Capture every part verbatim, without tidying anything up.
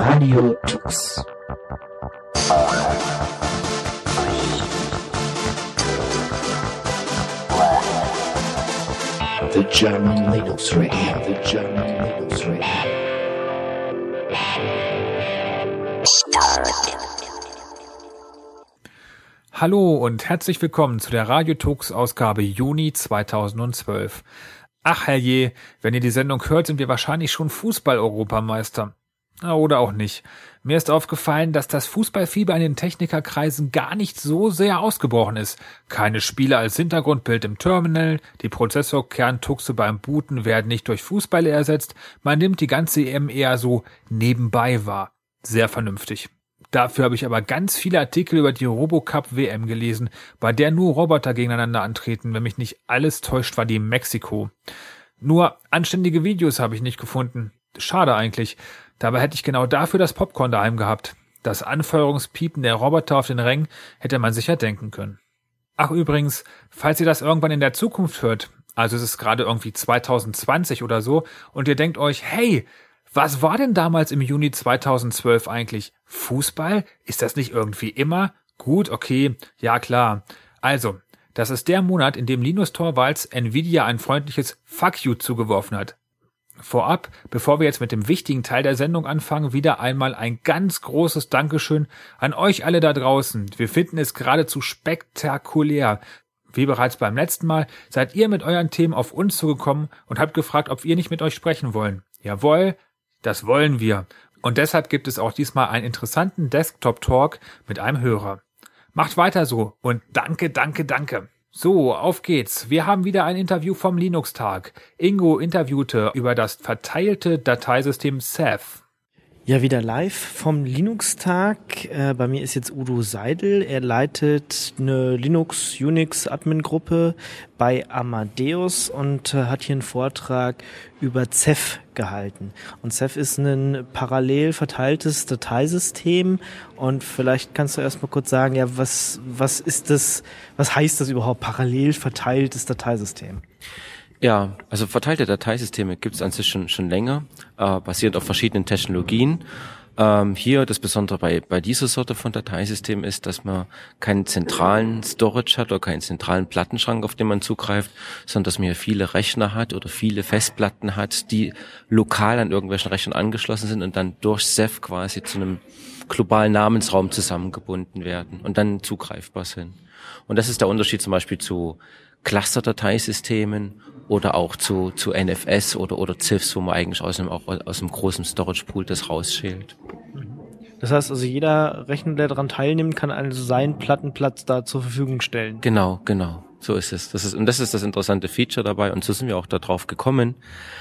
Radio Tux. The German Linux Radio, the German Linux Radio. Hallo und herzlich willkommen zu der Radio Tux Ausgabe Juni zweitausendzwölf. Ach herrje, wenn ihr die Sendung hört, sind wir wahrscheinlich schon Fußball-Europameister. Oder auch nicht. Mir ist aufgefallen, dass das Fußballfieber in den Technikerkreisen gar nicht so sehr ausgebrochen ist. Keine Spiele als Hintergrundbild im Terminal, die Prozessorkerntuxe beim Booten werden nicht durch Fußball ersetzt, man nimmt die ganze E M eher so nebenbei wahr. Sehr vernünftig. Dafür habe ich aber ganz viele Artikel über die Robocup-W M gelesen, bei der nur Roboter gegeneinander antreten. Wenn mich nicht alles täuscht, war die in Mexiko. Nur anständige Videos habe ich nicht gefunden. Schade eigentlich. Dabei hätte ich genau dafür das Popcorn daheim gehabt. Das Anfeuerungspiepen der Roboter auf den Rängen hätte man sicher denken können. Ach übrigens, falls ihr das irgendwann in der Zukunft hört, also es ist gerade irgendwie zweitausendzwanzig oder so, und ihr denkt euch, hey, was war denn damals im Juni zweitausendzwölf eigentlich? Fußball? Ist das nicht irgendwie immer? Gut, okay, ja klar. Also, das ist der Monat, in dem Linus Torvalds Nvidia ein freundliches Fuck you zugeworfen hat. Vorab, bevor wir jetzt mit dem wichtigen Teil der Sendung anfangen, wieder einmal ein ganz großes Dankeschön an euch alle da draußen. Wir finden es geradezu spektakulär. Wie bereits beim letzten Mal seid ihr mit euren Themen auf uns zugekommen und habt gefragt, ob wir nicht mit euch sprechen wollen. Jawohl, das wollen wir. Und deshalb gibt es auch diesmal einen interessanten Desktop-Talk mit einem Hörer. Macht weiter so und danke, danke, danke. So, auf geht's. Wir haben wieder ein Interview vom Linux-Tag. Ingo interviewte über das verteilte Dateisystem Ceph. Ja, wieder live vom Linux-Tag. Äh, bei mir ist jetzt Udo Seidel. Er leitet eine Linux-Unix-Admin-Gruppe bei Amadeus und äh, hat hier einen Vortrag über Ceph gehalten. Und Ceph ist ein parallel verteiltes Dateisystem. Und vielleicht kannst du erstmal kurz sagen, ja, was, was ist das, was heißt das überhaupt, parallel verteiltes Dateisystem? Ja, also verteilte Dateisysteme gibt es an sich schon schon länger, äh, basierend auf verschiedenen Technologien. Ähm, hier das Besondere bei bei dieser Sorte von Dateisystemen ist, dass man keinen zentralen Storage hat oder keinen zentralen Plattenschrank, auf den man zugreift, sondern dass man hier viele Rechner hat oder viele Festplatten hat, die lokal an irgendwelchen Rechnern angeschlossen sind und dann durch Ceph quasi zu einem globalen Namensraum zusammengebunden werden und dann zugreifbar sind. Und das ist der Unterschied zum Beispiel zu Cluster-Dateisystemen oder auch zu zu N F S oder oder C I Fs, wo man eigentlich aus einem auch aus einem großen Storage-Pool das rausschält. Das heißt also, jeder Rechner, der daran teilnimmt, kann also seinen Plattenplatz da zur Verfügung stellen. Genau, genau. So ist es. Das ist und das ist das interessante Feature dabei und so sind wir auch da drauf gekommen.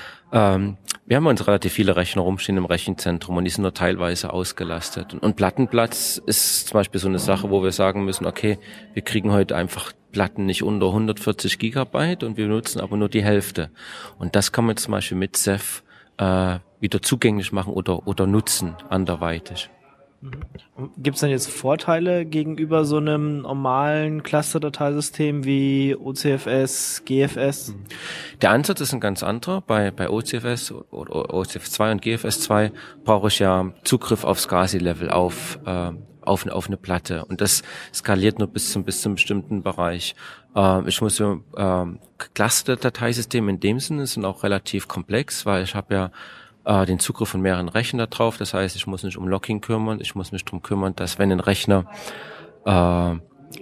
Ähm, wir haben uns relativ viele Rechner rumstehen im Rechenzentrum und die sind nur teilweise ausgelastet. Und, und Plattenplatz ist zum Beispiel so eine Sache, wo wir sagen müssen, okay, wir kriegen heute einfach Platten nicht unter hundertvierzig Gigabyte und wir nutzen aber nur die Hälfte. Und das kann man zum Beispiel mit Ceph äh, wieder zugänglich machen oder oder nutzen anderweitig. Gibt es denn jetzt Vorteile gegenüber so einem normalen Cluster-Dateisystem wie O C F S, G F S? Der Ansatz ist ein ganz anderer. Bei bei O C F S oder O C F zwei und G F S zwei brauche ich ja Zugriff auf SCSI-Level, auf äh, auf eine auf eine Platte und das skaliert nur bis zum bis zum bestimmten Bereich. Äh, ich muss ja äh, Cluster-Dateisysteme in dem Sinne sind auch relativ komplex, weil ich habe ja äh, den Zugriff von mehreren Rechnern da drauf. Das heißt, ich muss mich um Locking kümmern, ich muss mich darum kümmern, dass wenn ein Rechner äh,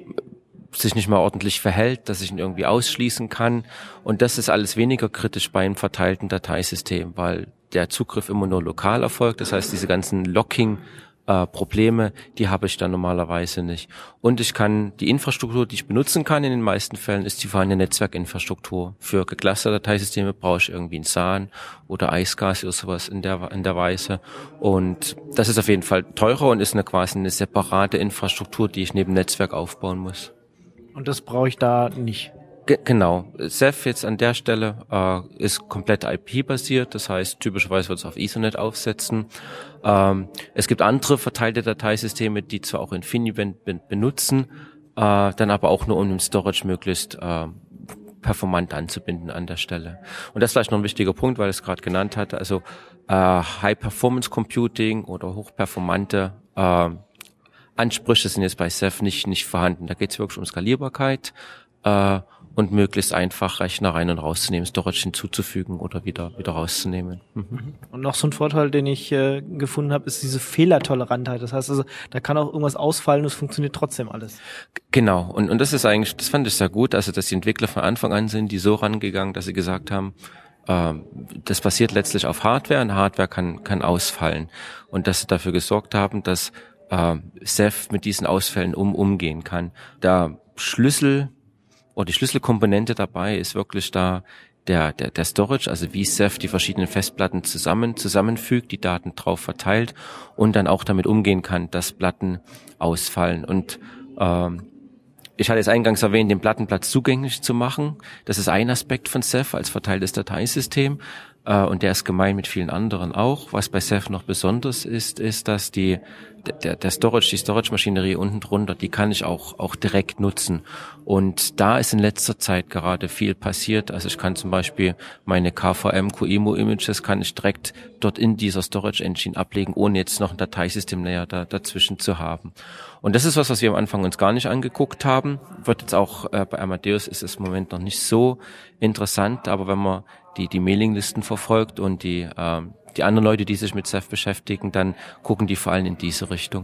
sich nicht mal ordentlich verhält, dass ich ihn irgendwie ausschließen kann. Und das ist alles weniger kritisch bei einem verteilten Dateisystem, weil der Zugriff immer nur lokal erfolgt. Das heißt, diese ganzen Locking Äh, Probleme, die habe ich dann normalerweise nicht. Und ich kann, die Infrastruktur, die ich benutzen kann in den meisten Fällen, ist die vorhandene Netzwerkinfrastruktur. Für geclusterte Dateisysteme brauche ich irgendwie ein S A N oder iSCSI oder sowas in der, in der Weise. Und das ist auf jeden Fall teurer und ist eine quasi eine separate Infrastruktur, die ich neben Netzwerk aufbauen muss. Und das brauche ich da nicht? Ge- genau. Ceph jetzt an der Stelle äh, ist komplett I P-basiert, das heißt, typischerweise wird es auf Ethernet aufsetzen. Ähm, es gibt andere verteilte Dateisysteme, die zwar auch InfiniBand ben- benutzen, äh, dann aber auch nur um den Storage möglichst äh, performant anzubinden an der Stelle. Und das ist vielleicht noch ein wichtiger Punkt, weil ich es gerade genannt hatte, also äh, High-Performance-Computing oder hochperformante äh, Ansprüche sind jetzt bei Ceph nicht nicht vorhanden. Da geht es wirklich um Skalierbarkeit äh, und möglichst einfach Rechner rein und rauszunehmen, Storage hinzuzufügen oder wieder wieder rauszunehmen. Mhm. Und noch so ein Vorteil, den ich äh, gefunden habe, ist diese Fehlertolerantheit. Das heißt also, da kann auch irgendwas ausfallen und es funktioniert trotzdem alles. Genau. Und und das ist eigentlich, das fand ich sehr gut, also dass die Entwickler von Anfang an sind, die so rangegangen, dass sie gesagt haben, äh, das basiert letztlich auf Hardware und Hardware kann kann ausfallen. Und dass sie dafür gesorgt haben, dass äh, Ceph mit diesen Ausfällen um umgehen kann. Der Schlüssel oder die Schlüsselkomponente dabei ist wirklich da der der der Storage, also wie Ceph die verschiedenen Festplatten zusammen zusammenfügt, die Daten drauf verteilt und dann auch damit umgehen kann, dass Platten ausfallen. Und ähm, ich hatte es eingangs erwähnt, den Plattenplatz zugänglich zu machen. Das ist ein Aspekt von Ceph als verteiltes Dateisystem. Äh, und der ist gemein mit vielen anderen auch. Was bei Ceph noch besonders ist, ist, dass die der, der Storage, die Storage-Maschinerie unten drunter, die kann ich auch auch direkt nutzen. Und da ist in letzter Zeit gerade viel passiert. Also ich kann zum Beispiel meine K V M, Q E M U-Images kann ich direkt dort in dieser Storage-Engine ablegen, ohne jetzt noch ein Dateisystem-Layer da, dazwischen zu haben. Und das ist was, was wir am Anfang uns gar nicht angeguckt haben. Wird jetzt auch äh, bei Amadeus ist es im Moment noch nicht so interessant, aber wenn man die die Mailinglisten verfolgt und die ähm, die anderen Leute, die sich mit Ceph beschäftigen, dann gucken die vor allem in diese Richtung.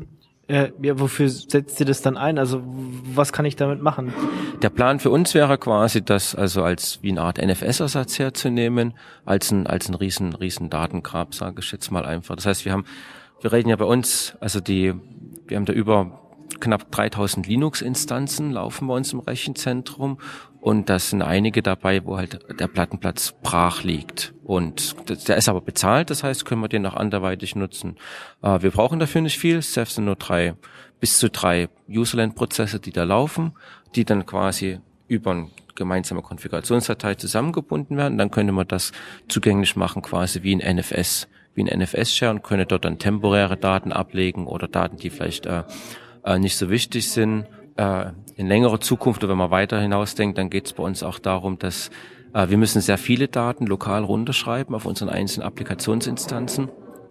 Äh, ja, wofür setzt ihr das dann ein? Also was kann ich damit machen? Der Plan für uns wäre quasi, das also als wie eine Art N F S-Ersatz herzunehmen, als ein als ein riesen riesen Datengrab, sage ich jetzt mal einfach. Das heißt, wir haben wir reden ja bei uns, also die wir haben da über knapp dreitausend Linux-Instanzen laufen bei uns im Rechenzentrum und da sind einige dabei, wo halt der Plattenplatz brach liegt. Und der ist aber bezahlt, das heißt, können wir den auch anderweitig nutzen. Äh, wir brauchen dafür nicht viel. Ceph sind nur drei, bis zu drei Userland-Prozesse, die da laufen, die dann quasi über eine gemeinsame Konfigurationsdatei zusammengebunden werden. Dann könnte man das zugänglich machen, quasi wie ein N F S, wie ein N F S-Share und könnte dort dann temporäre Daten ablegen oder Daten, die vielleicht äh, äh, nicht so wichtig sind. Äh, in längerer Zukunft, oder wenn man weiter hinausdenkt, dann geht es bei uns auch darum, dass äh, wir müssen sehr viele Daten lokal runterschreiben auf unseren einzelnen Applikationsinstanzen.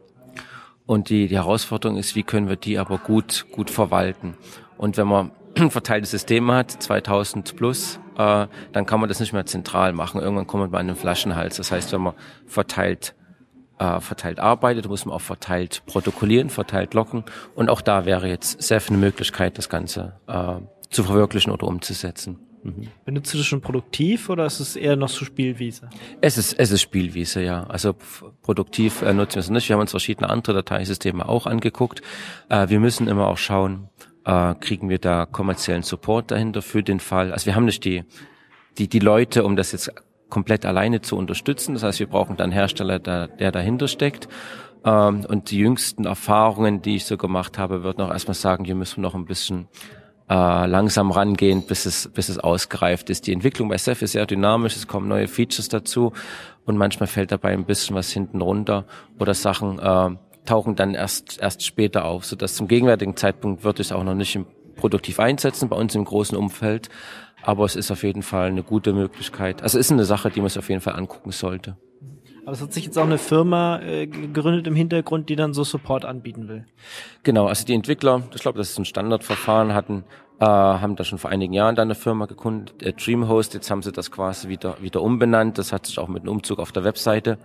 Und die, die Herausforderung ist, wie können wir die aber gut gut verwalten. Und wenn man ein verteiltes System hat, zweitausend plus, äh, dann kann man das nicht mehr zentral machen. Irgendwann kommt man an den Flaschenhals. Das heißt, wenn man verteilt äh, verteilt arbeitet, muss man auch verteilt protokollieren, verteilt loggen. Und auch da wäre jetzt Ceph eine Möglichkeit, das Ganze äh, zu verwirklichen oder umzusetzen. Mhm. Benutzt du das schon produktiv oder ist es eher noch so Spielwiese? Es ist es ist Spielwiese, ja. Also f- produktiv äh, nutzen wir es nicht. Wir haben uns verschiedene andere Dateisysteme auch angeguckt. Äh, wir müssen immer auch schauen, äh, kriegen wir da kommerziellen Support dahinter für den Fall. Also wir haben nicht die die die Leute, um das jetzt komplett alleine zu unterstützen. Das heißt, wir brauchen dann einen Hersteller, der, der dahinter steckt. Ähm, und die jüngsten Erfahrungen, die ich so gemacht habe, würden auch erstmal sagen, hier müssen wir noch ein bisschen Äh, langsam rangehen, bis es bis es ausgereift ist. Die Entwicklung bei Ceph ist sehr dynamisch, es kommen neue Features dazu und manchmal fällt dabei ein bisschen was hinten runter oder Sachen äh, tauchen dann erst erst später auf, sodass zum gegenwärtigen Zeitpunkt würde ich es auch noch nicht im, produktiv einsetzen bei uns im großen Umfeld, aber es ist auf jeden Fall eine gute Möglichkeit. Also es ist eine Sache, die man sich auf jeden Fall angucken sollte. Aber es hat sich jetzt auch eine Firma äh, gegründet im Hintergrund, die dann so Support anbieten will. Genau, also die Entwickler, ich glaube, das ist ein Standardverfahren, hatten, äh, haben da schon vor einigen Jahren dann eine Firma gegründet, äh, Dreamhost, jetzt haben sie das quasi wieder wieder umbenannt. Das hat sich auch mit einem Umzug auf der Webseite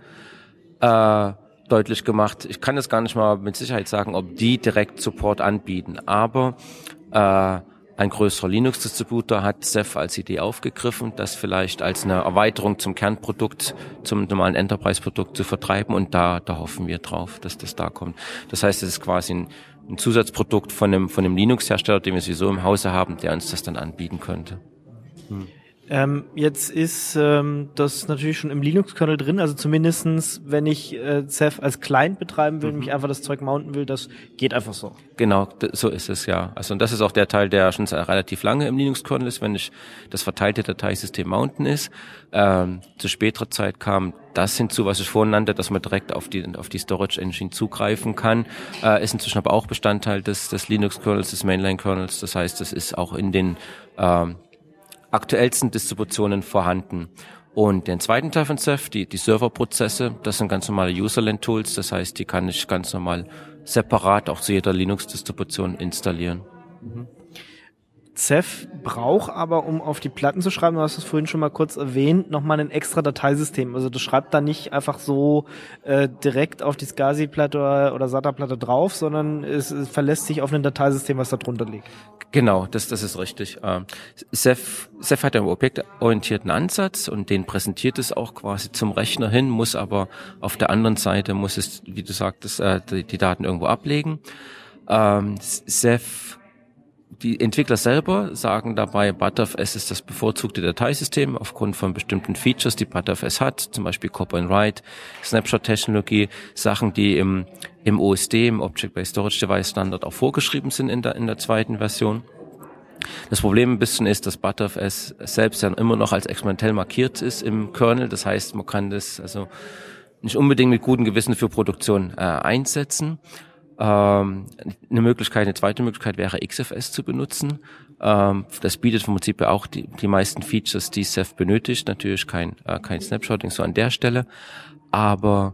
äh, deutlich gemacht. Ich kann jetzt gar nicht mal mit Sicherheit sagen, ob die direkt Support anbieten, aber äh, ein größerer Linux-Distributor hat Ceph als Idee aufgegriffen, das vielleicht als eine Erweiterung zum Kernprodukt, zum normalen Enterprise-Produkt zu vertreiben und da, da hoffen wir drauf, dass das da kommt. Das heißt, es ist quasi ein, ein Zusatzprodukt von einem, von einem Linux-Hersteller, den wir sowieso im Hause haben, der uns das dann anbieten könnte. Hm. Ähm, jetzt ist ähm, das natürlich schon im Linux-Kernel drin, also zumindestens, wenn ich äh, Ceph als Client betreiben will, mhm. mich einfach das Zeug mounten will, das geht einfach so. Genau, d- so ist es, ja. Also und das ist auch der Teil, der schon relativ lange im Linux-Kernel ist, wenn ich das verteilte Dateisystem mounten ist. Ähm, zu späterer Zeit kam das hinzu, was ich vorhin nannte, dass man direkt auf die auf die Storage-Engine zugreifen kann. Äh, ist inzwischen aber auch Bestandteil des, des Linux-Kernels, des Mainline-Kernels. Das heißt, das ist auch in den ähm, aktuellsten Distributionen vorhanden. Und den zweiten Teil von Ceph, die, die Serverprozesse, das sind ganz normale Userland-Tools, das heißt, die kann ich ganz normal separat auch zu jeder Linux-Distribution installieren. Mhm. Ceph braucht aber, um auf die Platten zu schreiben, du hast es vorhin schon mal kurz erwähnt, nochmal ein extra Dateisystem. Also das schreibt da nicht einfach so äh, direkt auf die SCSI-Platte oder, oder SATA-Platte drauf, sondern es, es verlässt sich auf ein Dateisystem, was da drunter liegt. Genau, das, das ist richtig. Ähm, Ceph, Ceph hat einen objektorientierten Ansatz und den präsentiert es auch quasi zum Rechner hin, muss aber auf der anderen Seite, muss es, wie du sagtest, äh, die, die Daten irgendwo ablegen. Ähm, Ceph Die Entwickler selber sagen dabei, ButterFS ist das bevorzugte Dateisystem aufgrund von bestimmten Features, die ButterFS hat, zum Beispiel Copy and Write, Snapshot-Technologie, Sachen, die im, im O S D, im Object-Based Storage Device Standard auch vorgeschrieben sind in der, in der zweiten Version. Das Problem ein bisschen ist, dass ButterFS selbst dann immer noch als experimentell markiert ist im Kernel. Das heißt, man kann das also nicht unbedingt mit gutem Gewissen für Produktion äh, einsetzen. Ähm, eine Möglichkeit, eine zweite Möglichkeit wäre X F S zu benutzen. Ähm, das bietet vom Prinzip auch die, die meisten Features, die Ceph benötigt. Natürlich kein, äh, kein Snapshotting so an der Stelle, aber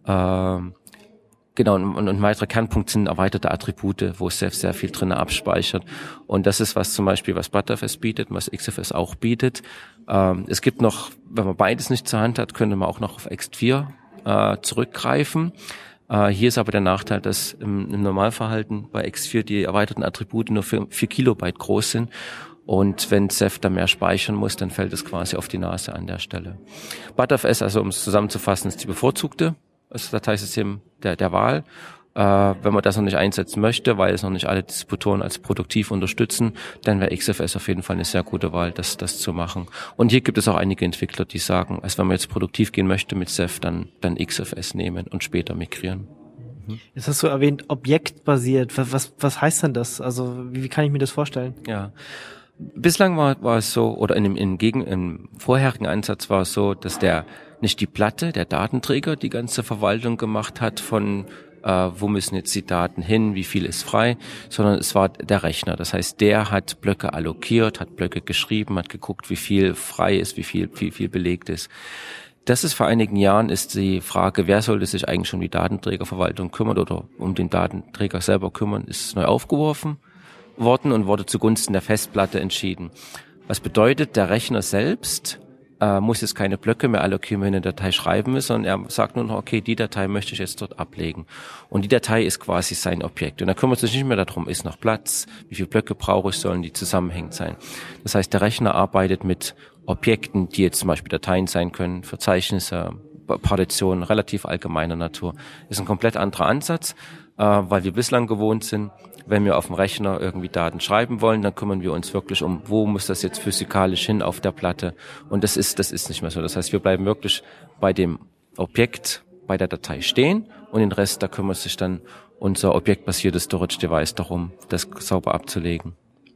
ähm, genau, und, und ein weiterer Kernpunkt sind erweiterte Attribute, wo Ceph sehr viel drin abspeichert. Und das ist was zum Beispiel, was ButterFS bietet, was X F S auch bietet. Ähm, es gibt noch, wenn man beides nicht zur Hand hat, könnte man auch noch auf X vier äh, zurückgreifen. Uh, hier ist aber der Nachteil, dass im, im Normalverhalten bei X vier die erweiterten Attribute nur für vier Kilobyte groß sind. Und wenn Ceph da mehr speichern muss, dann fällt es quasi auf die Nase an der Stelle. ButterFS, also um es zusammenzufassen, ist die bevorzugte das Dateisystem der, der Wahl. Uh, wenn man das noch nicht einsetzen möchte, weil es noch nicht alle Distributoren als produktiv unterstützen, dann wäre X F S auf jeden Fall eine sehr gute Wahl, das, das zu machen. Und hier gibt es auch einige Entwickler, die sagen, also wenn man jetzt produktiv gehen möchte mit Ceph, dann, dann X F S nehmen und später migrieren. Mhm. Jetzt hast du erwähnt, objektbasiert. Was, was, was heißt denn das? Also, wie, wie kann ich mir das vorstellen? Ja. Bislang war, war es so, oder in dem, in gegen, im vorherigen Ansatz war es so, dass der, nicht die Platte, der Datenträger die ganze Verwaltung gemacht hat von Uh, wo müssen jetzt die Daten hin, wie viel ist frei, sondern es war der Rechner. Das heißt, der hat Blöcke allokiert, hat Blöcke geschrieben, hat geguckt, wie viel frei ist, wie viel, wie viel belegt ist. Das ist vor einigen Jahren ist die Frage, wer sollte sich eigentlich um die Datenträgerverwaltung kümmern oder um den Datenträger selber kümmern, ist neu aufgeworfen worden und wurde zugunsten der Festplatte entschieden. Was bedeutet, der Rechner selbst äh, muss jetzt keine Blöcke mehr allokieren, wenn er eine Datei schreiben will, sondern er sagt nur noch, okay, die Datei möchte ich jetzt dort ablegen. Und die Datei ist quasi sein Objekt. Und er kümmert sich nicht mehr darum, ist noch Platz, wie viele Blöcke brauche ich, sollen die zusammenhängend sein. Das heißt, der Rechner arbeitet mit Objekten, die jetzt zum Beispiel Dateien sein können, Verzeichnisse, Partitionen, relativ allgemeiner Natur. Ist ein komplett anderer Ansatz, äh, weil wir bislang gewohnt sind, wenn wir auf dem Rechner irgendwie Daten schreiben wollen, dann kümmern wir uns wirklich um, wo muss das jetzt physikalisch hin auf der Platte. Und das ist, das ist nicht mehr so. Das heißt, wir bleiben wirklich bei dem Objekt, bei der Datei stehen und den Rest, da kümmert sich dann unser objektbasiertes Storage Device darum, das sauber abzulegen.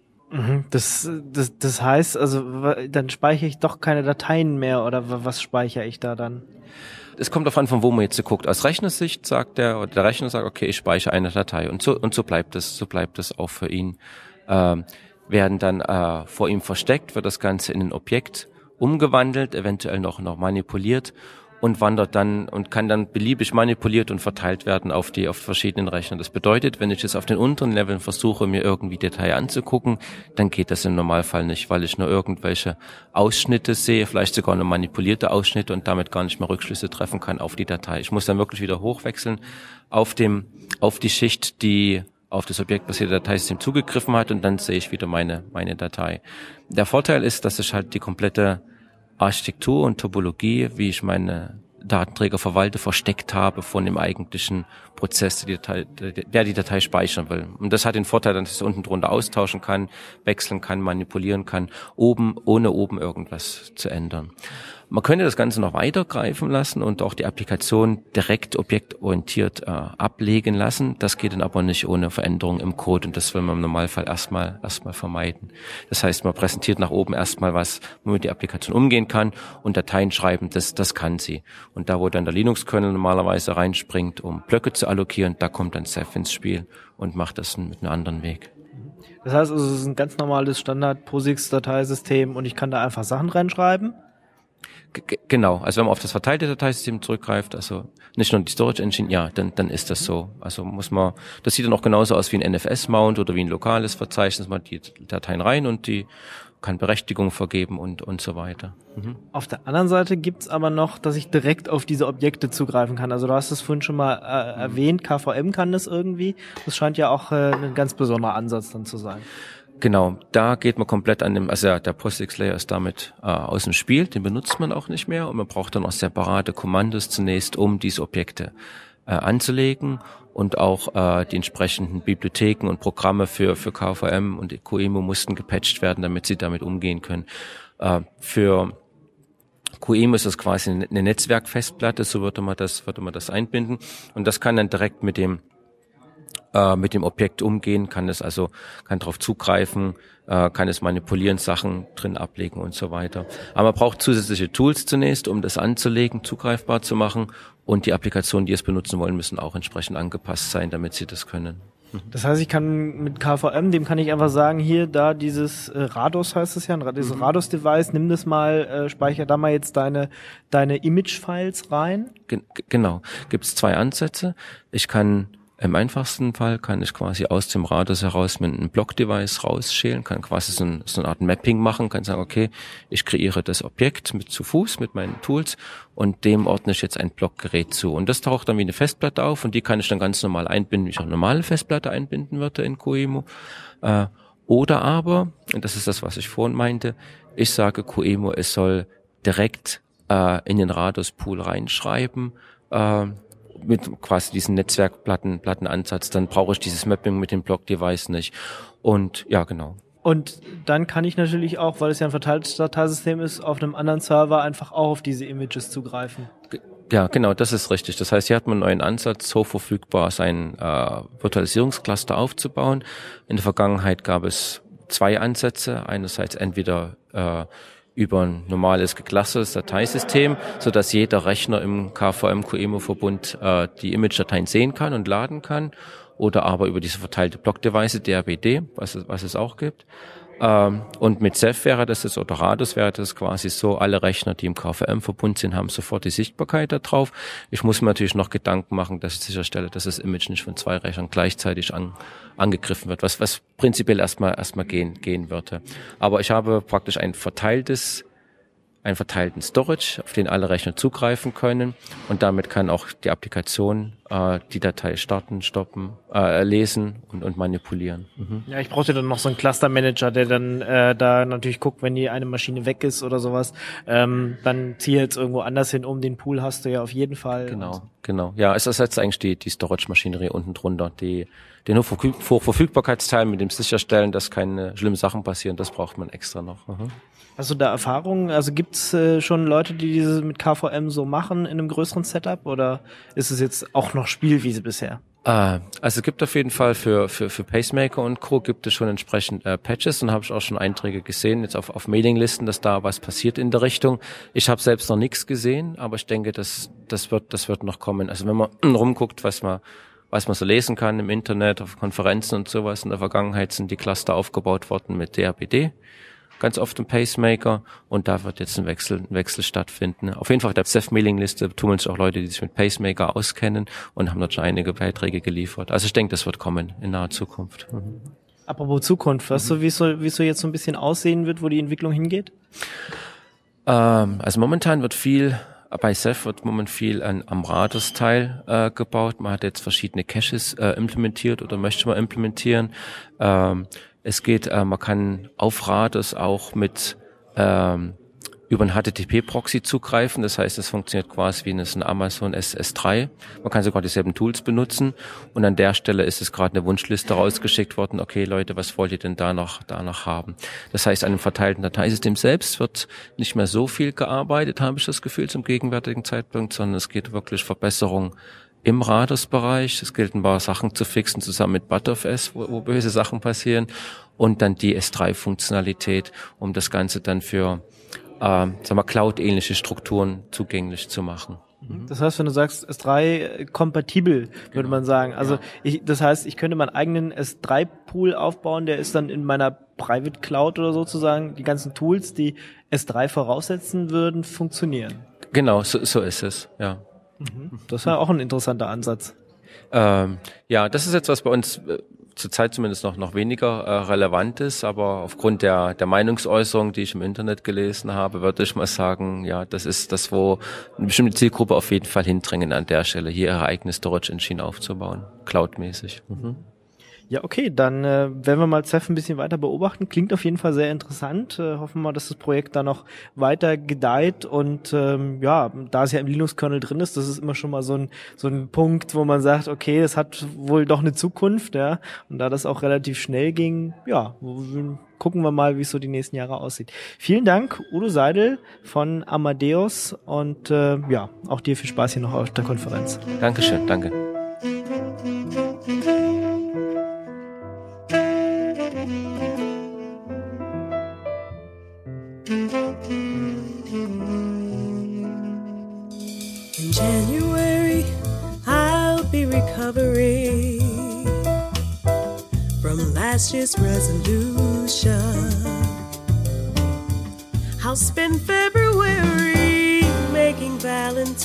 Das, das, das heißt, also dann speichere ich doch keine Dateien mehr oder was speichere ich da dann? Es kommt davon, von wo man jetzt guckt. Aus Rechnersicht sagt der, oder der Rechner sagt, okay, ich speichere eine Datei und so und so bleibt es, so bleibt es auch für ihn. Ähm, werden dann äh, vor ihm versteckt, wird das Ganze in ein Objekt umgewandelt, eventuell noch noch manipuliert und wandert dann und kann dann beliebig manipuliert und verteilt werden auf die auf verschiedenen Rechnern. Das bedeutet, wenn ich jetzt auf den unteren Leveln versuche, mir irgendwie Detail anzugucken, dann geht das im Normalfall nicht, weil ich nur irgendwelche Ausschnitte sehe, vielleicht sogar eine manipulierte Ausschnitte und damit gar nicht mehr Rückschlüsse treffen kann auf die Datei. Ich muss dann wirklich wieder hochwechseln auf dem auf die Schicht, die auf das objektbasierte Dateisystem zugegriffen hat und dann sehe ich wieder meine meine Datei. Der Vorteil ist, dass ich halt die komplette Architektur und Topologie, wie ich meine Datenträger verwalte, versteckt habe von dem eigentlichen Prozess, der die Datei, der die Datei speichern will. Und das hat den Vorteil, dass ich es unten drunter austauschen kann, wechseln kann, manipulieren kann, oben, ohne oben irgendwas zu ändern. Man könnte das Ganze noch weiter greifen lassen und auch die Applikation direkt objektorientiert äh, ablegen lassen. Das geht dann aber nicht ohne Veränderung im Code und das will man im Normalfall erstmal erstmal vermeiden. Das heißt, man präsentiert nach oben erstmal was, womit die Applikation umgehen kann und Dateien schreiben, das das kann sie. Und da, wo dann der Linux-Kernel normalerweise reinspringt, um Blöcke zu allokieren, da kommt dann Ceph ins Spiel und macht das mit einem anderen Weg. Das heißt also, es ist ein ganz normales Standard-POSIX-Dateisystem und ich kann da einfach Sachen reinschreiben? G- genau, also wenn man auf das verteilte Dateisystem zurückgreift, also nicht nur die Storage Engine, ja, dann dann ist das so. Also muss man, das sieht dann auch genauso aus wie ein N F S-Mount oder wie ein lokales Verzeichnis, man die Dateien rein und die kann Berechtigung vergeben und und so weiter. Mhm. Auf der anderen Seite gibt's aber noch, dass ich direkt auf diese Objekte zugreifen kann. Also du hast es vorhin schon mal äh, erwähnt, K V M kann das irgendwie. Das scheint ja auch äh, ein ganz besonderer Ansatz dann zu sein. Genau, da geht man komplett an dem, also ja, der POSIX-Layer ist damit äh, aus dem Spiel, den benutzt man auch nicht mehr und man braucht dann auch separate Kommandos zunächst, um diese Objekte äh, anzulegen und auch äh, die entsprechenden Bibliotheken und Programme für für K V M und QEMU mussten gepatcht werden, damit sie damit umgehen können. Äh, für QEMU ist das quasi eine Netzwerkfestplatte, so würde man das würde man das einbinden und das kann dann direkt mit dem äh, mit dem Objekt umgehen, kann es also kann darauf zugreifen, äh, kann es manipulieren, Sachen drin ablegen und so weiter. Aber man braucht zusätzliche Tools zunächst, um das anzulegen, zugreifbar zu machen und die Applikationen, die es benutzen wollen, müssen auch entsprechend angepasst sein, damit sie das können. Das heißt, ich kann mit K V M, dem kann ich einfach sagen, hier, da dieses äh, Rados heißt es ja, dieses mhm. Rados-Device, nimm das mal, äh, speicher da mal jetzt deine deine Image-Files rein. Ge- genau, gibt es zwei Ansätze. Ich kann Im einfachsten Fall kann ich quasi aus dem Rados heraus mit einem Block-Device rausschälen, kann quasi so, ein, so eine Art Mapping machen, kann sagen, okay, ich kreiere das Objekt mit zu Fuß, mit meinen Tools und dem ordne ich jetzt ein Blockgerät zu. Und das taucht dann wie eine Festplatte auf und die kann ich dann ganz normal einbinden, wie ich auch eine normale Festplatte einbinden würde in QEMU. Äh, oder aber, und das ist das, was ich vorhin meinte, ich sage QEMU, es soll direkt äh, in den Rados-Pool reinschreiben, äh, mit quasi diesen Netzwerkplatten, Plattenansatz, dann brauche ich dieses Mapping mit dem Block-Device nicht. Und ja, genau. Und dann kann ich natürlich auch, weil es ja ein verteiltes Dateisystem ist, auf einem anderen Server einfach auch auf diese Images zugreifen. Ja, genau, das ist richtig. Das heißt, hier hat man einen neuen Ansatz, so verfügbar sein äh, Virtualisierungscluster aufzubauen. In der Vergangenheit gab es zwei Ansätze. Einerseits entweder äh, über ein normales geclustertes Dateisystem, so dass jeder Rechner im K V M-QEMU-Verbund äh, die Image-Dateien sehen kann und laden kann, oder aber über diese verteilte Block-Device, D R B D, was es, was es auch gibt. Ähm, und mit Ceph wäre das jetzt, oder Rados wäre das quasi so, alle Rechner, die im K V M-Verbund sind, haben sofort die Sichtbarkeit da drauf. Ich muss mir natürlich noch Gedanken machen, dass ich sicherstelle, dass das Image nicht von zwei Rechnern gleichzeitig an, angegriffen wird, was, was prinzipiell erstmal, erstmal gehen, gehen würde. Aber ich habe praktisch ein verteiltes, einen verteilten Storage, auf den alle Rechner zugreifen können und damit kann auch die Applikation äh, die Datei starten, stoppen, äh, lesen und, und manipulieren. Mhm. Ja, ich brauchte dann noch so einen Cluster-Manager, der dann äh, da natürlich guckt, wenn die eine Maschine weg ist oder sowas, ähm, dann zieh jetzt irgendwo anders hin um, den Pool hast du ja auf jeden Fall. Genau, genau. Ja, es ersetzt eigentlich die, die Storage-Maschinerie unten drunter, die den Hochverfügbarkeitsteil mit dem Sicherstellen, dass keine schlimmen Sachen passieren, das braucht man extra noch. Mhm. Hast du da Erfahrungen? Also gibt's äh, schon Leute, die dieses mit K V M so machen in einem größeren Setup oder ist es jetzt auch noch Spielwiese bisher? Äh, also es gibt auf jeden Fall für für für Pacemaker und Co. gibt es schon entsprechend äh, Patches und habe ich auch schon Einträge gesehen, jetzt auf auf Mailinglisten, dass da was passiert in der Richtung. Ich habe selbst noch nichts gesehen, aber ich denke, das das wird das wird noch kommen. Also wenn man rumguckt, was man was man so lesen kann im Internet, auf Konferenzen und sowas, in der Vergangenheit sind die Cluster aufgebaut worden mit D R B D. Ganz oft ein Pacemaker und da wird jetzt ein Wechsel, ein Wechsel stattfinden. Auf jeden Fall auf der Ceph-Mailing-Liste tummeln sich auch Leute, die sich mit Pacemaker auskennen und haben dort schon einige Beiträge geliefert. Also ich denke, das wird kommen in naher Zukunft. Mhm. Apropos Zukunft, weißt du, wie es so, wie es so jetzt so ein bisschen aussehen wird, wo die Entwicklung hingeht? Ähm, also momentan wird viel, bei Ceph wird momentan viel an, am Rados-Teil äh, gebaut. Man hat jetzt verschiedene Caches äh, implementiert oder möchte man implementieren. Ähm, Es geht, äh, man kann auf Rados auch mit ähm, über einen H T T P-Proxy zugreifen. Das heißt, es funktioniert quasi wie ein Amazon S S drei. Man kann sogar dieselben Tools benutzen. Und an der Stelle ist es gerade eine Wunschliste rausgeschickt worden. Okay, Leute, was wollt ihr denn da noch, da noch haben? Das heißt, an dem verteilten Dateisystem selbst wird nicht mehr so viel gearbeitet, habe ich das Gefühl, zum gegenwärtigen Zeitpunkt, sondern es geht wirklich Verbesserung im Rados-Bereich. Es gilt ein paar Sachen zu fixen, zusammen mit ButterFS, wo, wo böse Sachen passieren. Und dann die S drei Funktionalität, um das Ganze dann für, äh, sagen wir, Cloud-ähnliche Strukturen zugänglich zu machen. Das heißt, wenn du sagst S drei kompatibel, würde Genau. man sagen. Also Ja. ich, das heißt, ich könnte meinen eigenen S drei Pool aufbauen, der ist dann in meiner Private Cloud oder sozusagen. Die ganzen Tools, die S drei voraussetzen würden, funktionieren. Genau, so, so ist es, ja. Das war auch ein interessanter Ansatz. Ähm, ja, das ist jetzt, was bei uns äh, zurzeit zumindest noch noch weniger äh, relevant ist, aber aufgrund der der Meinungsäußerung, die ich im Internet gelesen habe, würde ich mal sagen, ja, das ist das, wo eine bestimmte Zielgruppe auf jeden Fall hindrängen an der Stelle, hier ihre eigene Storage Engine aufzubauen, cloudmäßig. Mhm. Ja, okay, dann äh, werden wir mal Ceph ein bisschen weiter beobachten. Klingt auf jeden Fall sehr interessant. Äh, hoffen wir mal, dass das Projekt da noch weiter gedeiht. Und ähm, ja, da es ja im Linux-Kernel drin ist, das ist immer schon mal so ein so ein Punkt, wo man sagt, okay, das hat wohl doch eine Zukunft, ja. Und da das auch relativ schnell ging, ja, gucken wir mal, wie es so die nächsten Jahre aussieht. Vielen Dank, Udo Seidel von Amadeus. Und äh, ja, auch dir viel Spaß hier noch auf der Konferenz. Dankeschön, danke. In January, I'll be recovering from last year's resolution. I'll spend February making Valentine's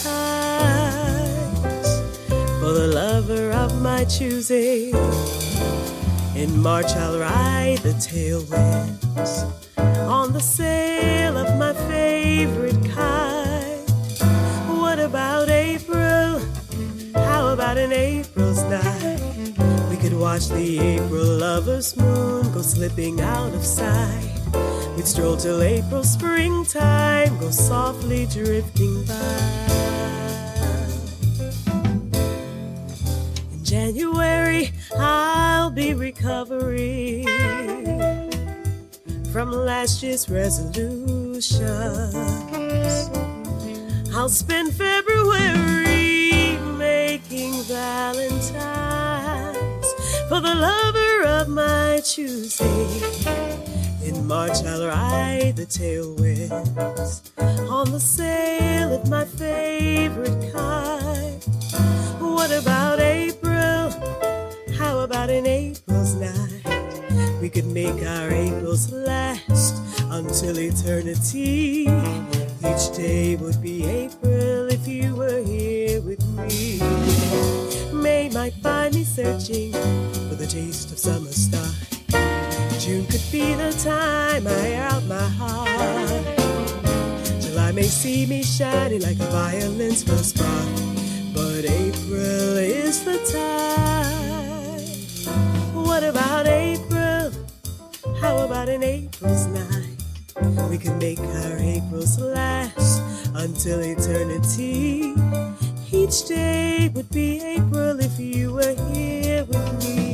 for the lover of my choosing. In March, I'll ride the tailwinds on the sail of my favorite kite. What about April? How about an April's night? We could watch the April lover's moon go slipping out of sight. We'd stroll till April springtime, go softly drifting by. In January, I'll be recovering from last year's resolutions. I'll spend February making Valentine's for the lover of my choosing. In March I'll ride the tailwinds on the sail of my favorite kite. What about April? How about an April's night? We could make our Aprils last until eternity. Each day would be April if you were here with me. May might find me searching for the taste of summer start. June could be the time I air out my heart. July may see me shining like a violin's first spark. But April is the time. What about April? How about an April's night? We can make our Aprils last until eternity. Each day would be April if you were here with me.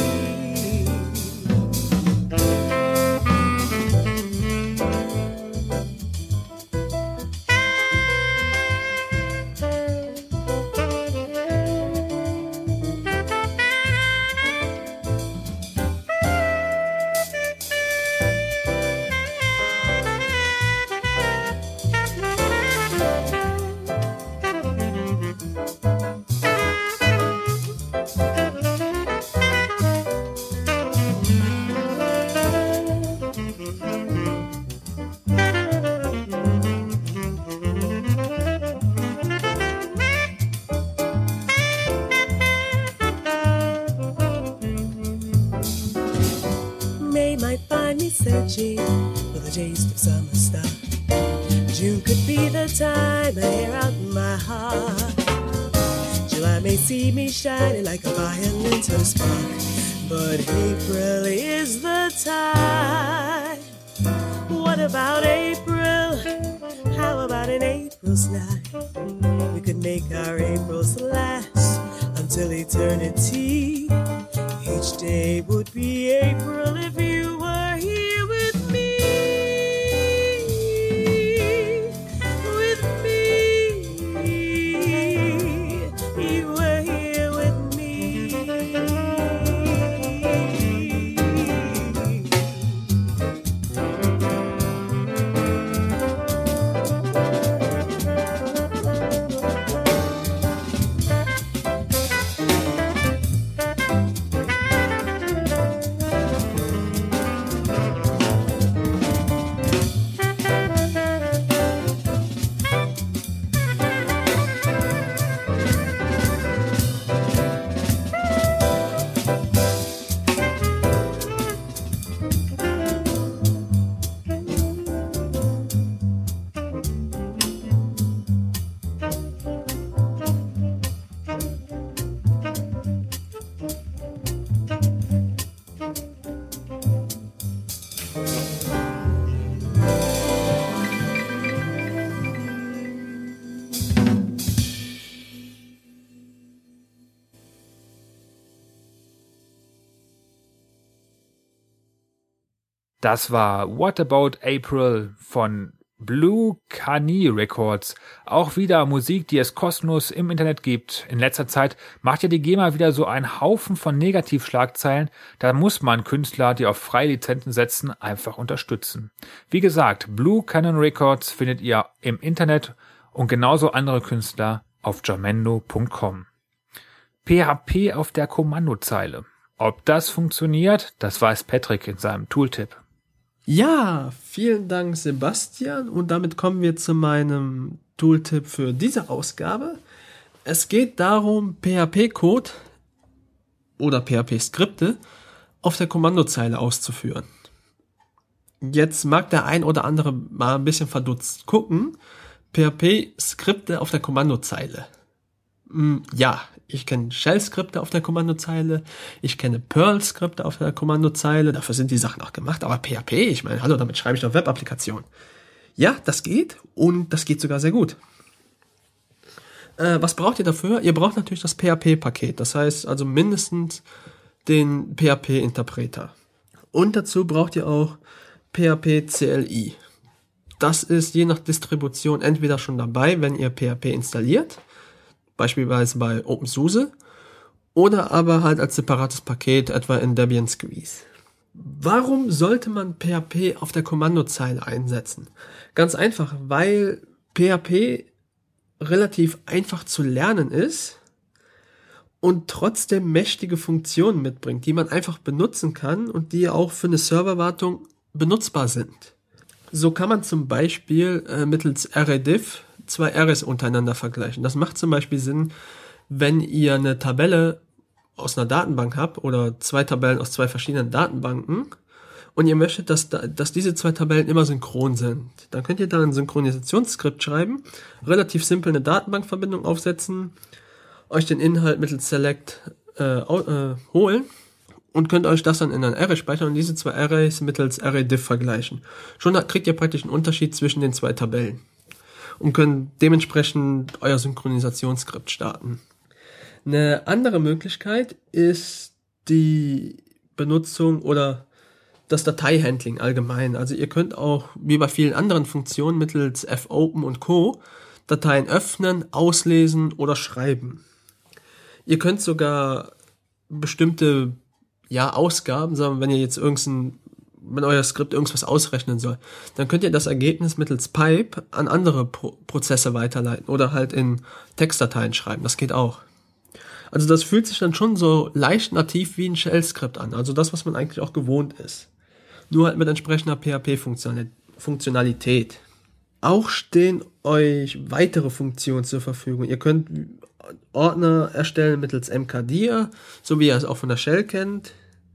Searching for the taste of summer stuff. June could be the time I air out my heart. July may see me shining like a violin's her spark. But April is the time. What about April? How about an April's night? We could make our Aprils last until eternity. Each day would be April if you were here with me. With me. You were here with me. Das war What About April von Blue Kani Records. Auch wieder Musik, die es kostenlos im Internet gibt. In letzter Zeit macht ja die GEMA wieder so einen Haufen von Negativschlagzeilen. Da muss man Künstler, die auf freie Lizenzen setzen, einfach unterstützen. Wie gesagt, Blue Cannon Records findet ihr im Internet und genauso andere Künstler auf jamendo punkt com. P H P auf der Kommandozeile. Ob das funktioniert, das weiß Patrick in seinem Tooltip. Ja, vielen Dank, Sebastian. Und damit kommen wir zu meinem Tooltip für diese Ausgabe. Es geht darum, P H P-Code oder P H P-Skripte auf der Kommandozeile auszuführen. Jetzt mag der ein oder andere mal ein bisschen verdutzt gucken. P H P-Skripte auf der Kommandozeile. Ja, ich kenne Shell-Skripte auf der Kommandozeile, ich kenne Perl-Skripte auf der Kommandozeile, dafür sind die Sachen auch gemacht, aber P H P, ich meine, hallo, damit schreibe ich doch Web-Applikationen. Ja, das geht und das geht sogar sehr gut. Äh, was braucht ihr dafür? Ihr braucht natürlich das P H P-Paket, das heißt also mindestens den P H P-Interpreter. Und dazu braucht ihr auch P H P C L I. Das ist je nach Distribution entweder schon dabei, wenn ihr P H P installiert, beispielsweise bei OpenSUSE, oder aber halt als separates Paket, etwa in Debian Squeeze. Warum sollte man P H P auf der Kommandozeile einsetzen? Ganz einfach, weil P H P relativ einfach zu lernen ist und trotzdem mächtige Funktionen mitbringt, die man einfach benutzen kann und die auch für eine Serverwartung benutzbar sind. So kann man zum Beispiel äh, mittels ArrayDiff zwei Arrays untereinander vergleichen. Das macht zum Beispiel Sinn, wenn ihr eine Tabelle aus einer Datenbank habt oder zwei Tabellen aus zwei verschiedenen Datenbanken und ihr möchtet, dass, dass diese zwei Tabellen immer synchron sind. Dann könnt ihr da ein Synchronisationsskript schreiben, relativ simpel eine Datenbankverbindung aufsetzen, euch den Inhalt mittels Select äh, äh, holen und könnt euch das dann in ein Array speichern und diese zwei Arrays mittels ArrayDiff vergleichen. Schon kriegt ihr praktisch einen Unterschied zwischen den zwei Tabellen und können dementsprechend euer Synchronisationsskript starten. Eine andere Möglichkeit ist die Benutzung oder das Dateihandling allgemein. Also ihr könnt auch, wie bei vielen anderen Funktionen, mittels fopen und Co. Dateien öffnen, auslesen oder schreiben. Ihr könnt sogar bestimmte ja, Ausgaben, sagen, wenn ihr jetzt irgendein wenn euer Skript irgendwas ausrechnen soll, dann könnt ihr das Ergebnis mittels Pipe an andere Pro- Prozesse weiterleiten oder halt in Textdateien schreiben. Das geht auch. Also das fühlt sich dann schon so leicht nativ wie ein Shell-Skript an. Also das, was man eigentlich auch gewohnt ist. Nur halt mit entsprechender P H P-Funktionalität. Auch stehen euch weitere Funktionen zur Verfügung. Ihr könnt Ordner erstellen mittels mkdir, so wie ihr es auch von der Shell kennt.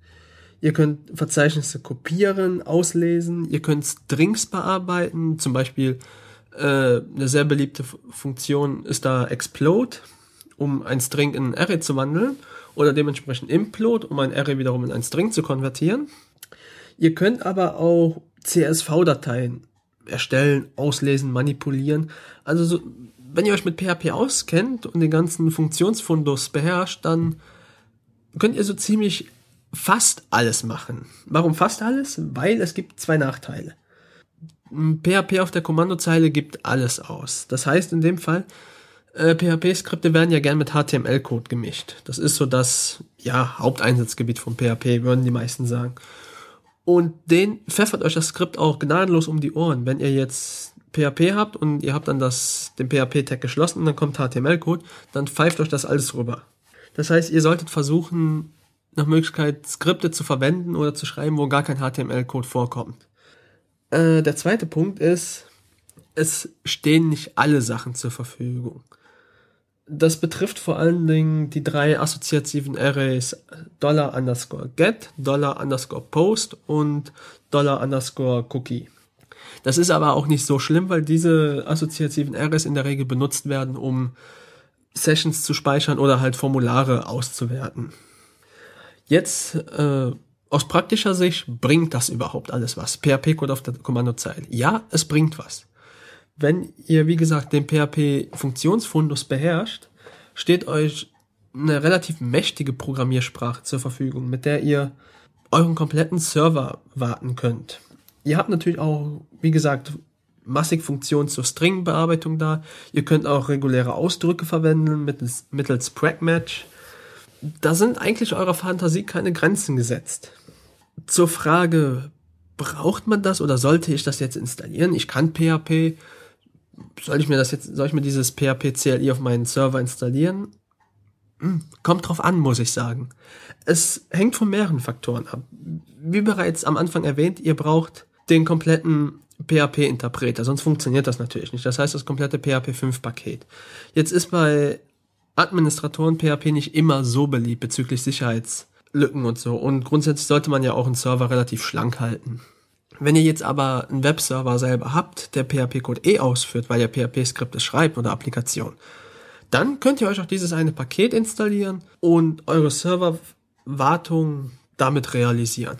Ihr könnt Verzeichnisse kopieren, auslesen, ihr könnt Strings bearbeiten, zum Beispiel äh, eine sehr beliebte F- Funktion ist da Explode, um ein String in ein Array zu wandeln, oder dementsprechend Implode, um ein Array wiederum in ein String zu konvertieren. Ihr könnt aber auch C S V-Dateien erstellen, auslesen, manipulieren. Also so, wenn ihr euch mit P H P auskennt und den ganzen Funktionsfundus beherrscht, dann könnt ihr so ziemlich fast alles machen. Warum fast alles? Weil es gibt zwei Nachteile. P H P auf der Kommandozeile gibt alles aus. Das heißt in dem Fall, äh, P H P-Skripte werden ja gern mit H T M L-Code gemischt. Das ist so das ja, Haupteinsatzgebiet von P H P, würden die meisten sagen. Und den pfeffert euch das Skript auch gnadenlos um die Ohren. Wenn ihr jetzt P H P habt und ihr habt dann das, den P H P-Tag geschlossen und dann kommt H T M L-Code, dann pfeift euch das alles rüber. Das heißt, ihr solltet versuchen, nach Möglichkeit Skripte zu verwenden oder zu schreiben, wo gar kein H T M L-Code vorkommt. Äh, der zweite Punkt ist, es stehen nicht alle Sachen zur Verfügung. Das betrifft vor allen Dingen die drei assoziativen Arrays Dollar underscore get, Dollar underscore post und Dollar underscore cookie. Das ist aber auch nicht so schlimm, weil diese assoziativen Arrays in der Regel benutzt werden, um Sessions zu speichern oder halt Formulare auszuwerten. Jetzt, äh, aus praktischer Sicht, bringt das überhaupt alles was? P H P-Code auf der Kommandozeile. Ja, es bringt was. Wenn ihr, wie gesagt, den P H P-Funktionsfundus beherrscht, steht euch eine relativ mächtige Programmiersprache zur Verfügung, mit der ihr euren kompletten Server warten könnt. Ihr habt natürlich auch, wie gesagt, massig Funktionen zur Stringbearbeitung da. Ihr könnt auch reguläre Ausdrücke verwenden mittels, mittels Pragmatch. Da sind eigentlich eurer Fantasie keine Grenzen gesetzt. Zur Frage, braucht man das oder sollte ich das jetzt installieren? Ich kann P H P. Soll ich mir das jetzt, soll ich mir dieses P H P C L I auf meinen Server installieren? Hm, kommt drauf an, muss ich sagen. Es hängt von mehreren Faktoren ab. Wie bereits am Anfang erwähnt, ihr braucht den kompletten P H P-Interpreter, sonst funktioniert das natürlich nicht. Das heißt, das komplette P H P fünf Paket. Jetzt ist bei Administratoren P H P nicht immer so beliebt bezüglich Sicherheitslücken und so. Und grundsätzlich sollte man ja auch einen Server relativ schlank halten. Wenn ihr jetzt aber einen Webserver selber habt, der P H P-Code eh ausführt, weil ihr P H P-Skripte schreibt oder Applikation, dann könnt ihr euch auch dieses eine Paket installieren und eure Serverwartung damit realisieren.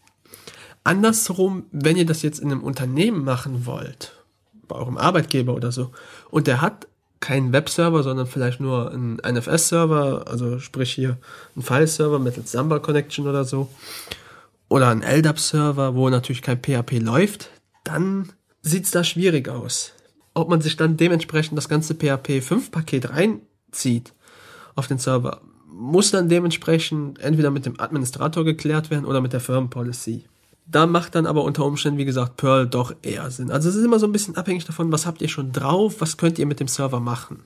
Andersrum, wenn ihr das jetzt in einem Unternehmen machen wollt, bei eurem Arbeitgeber oder so, und der hat keinen Webserver, sondern vielleicht nur einen N F S-Server, also sprich hier einen File-Server mittels Samba Connection oder so, oder einen L D A P-Server, wo natürlich kein P H P läuft, dann sieht's da schwierig aus. Ob man sich dann dementsprechend das ganze P H P fünf Paket reinzieht auf den Server, muss dann dementsprechend entweder mit dem Administrator geklärt werden oder mit der Firmenpolicy. Da macht dann aber unter Umständen, wie gesagt, Perl doch eher Sinn. Also es ist immer so ein bisschen abhängig davon, was habt ihr schon drauf, was könnt ihr mit dem Server machen.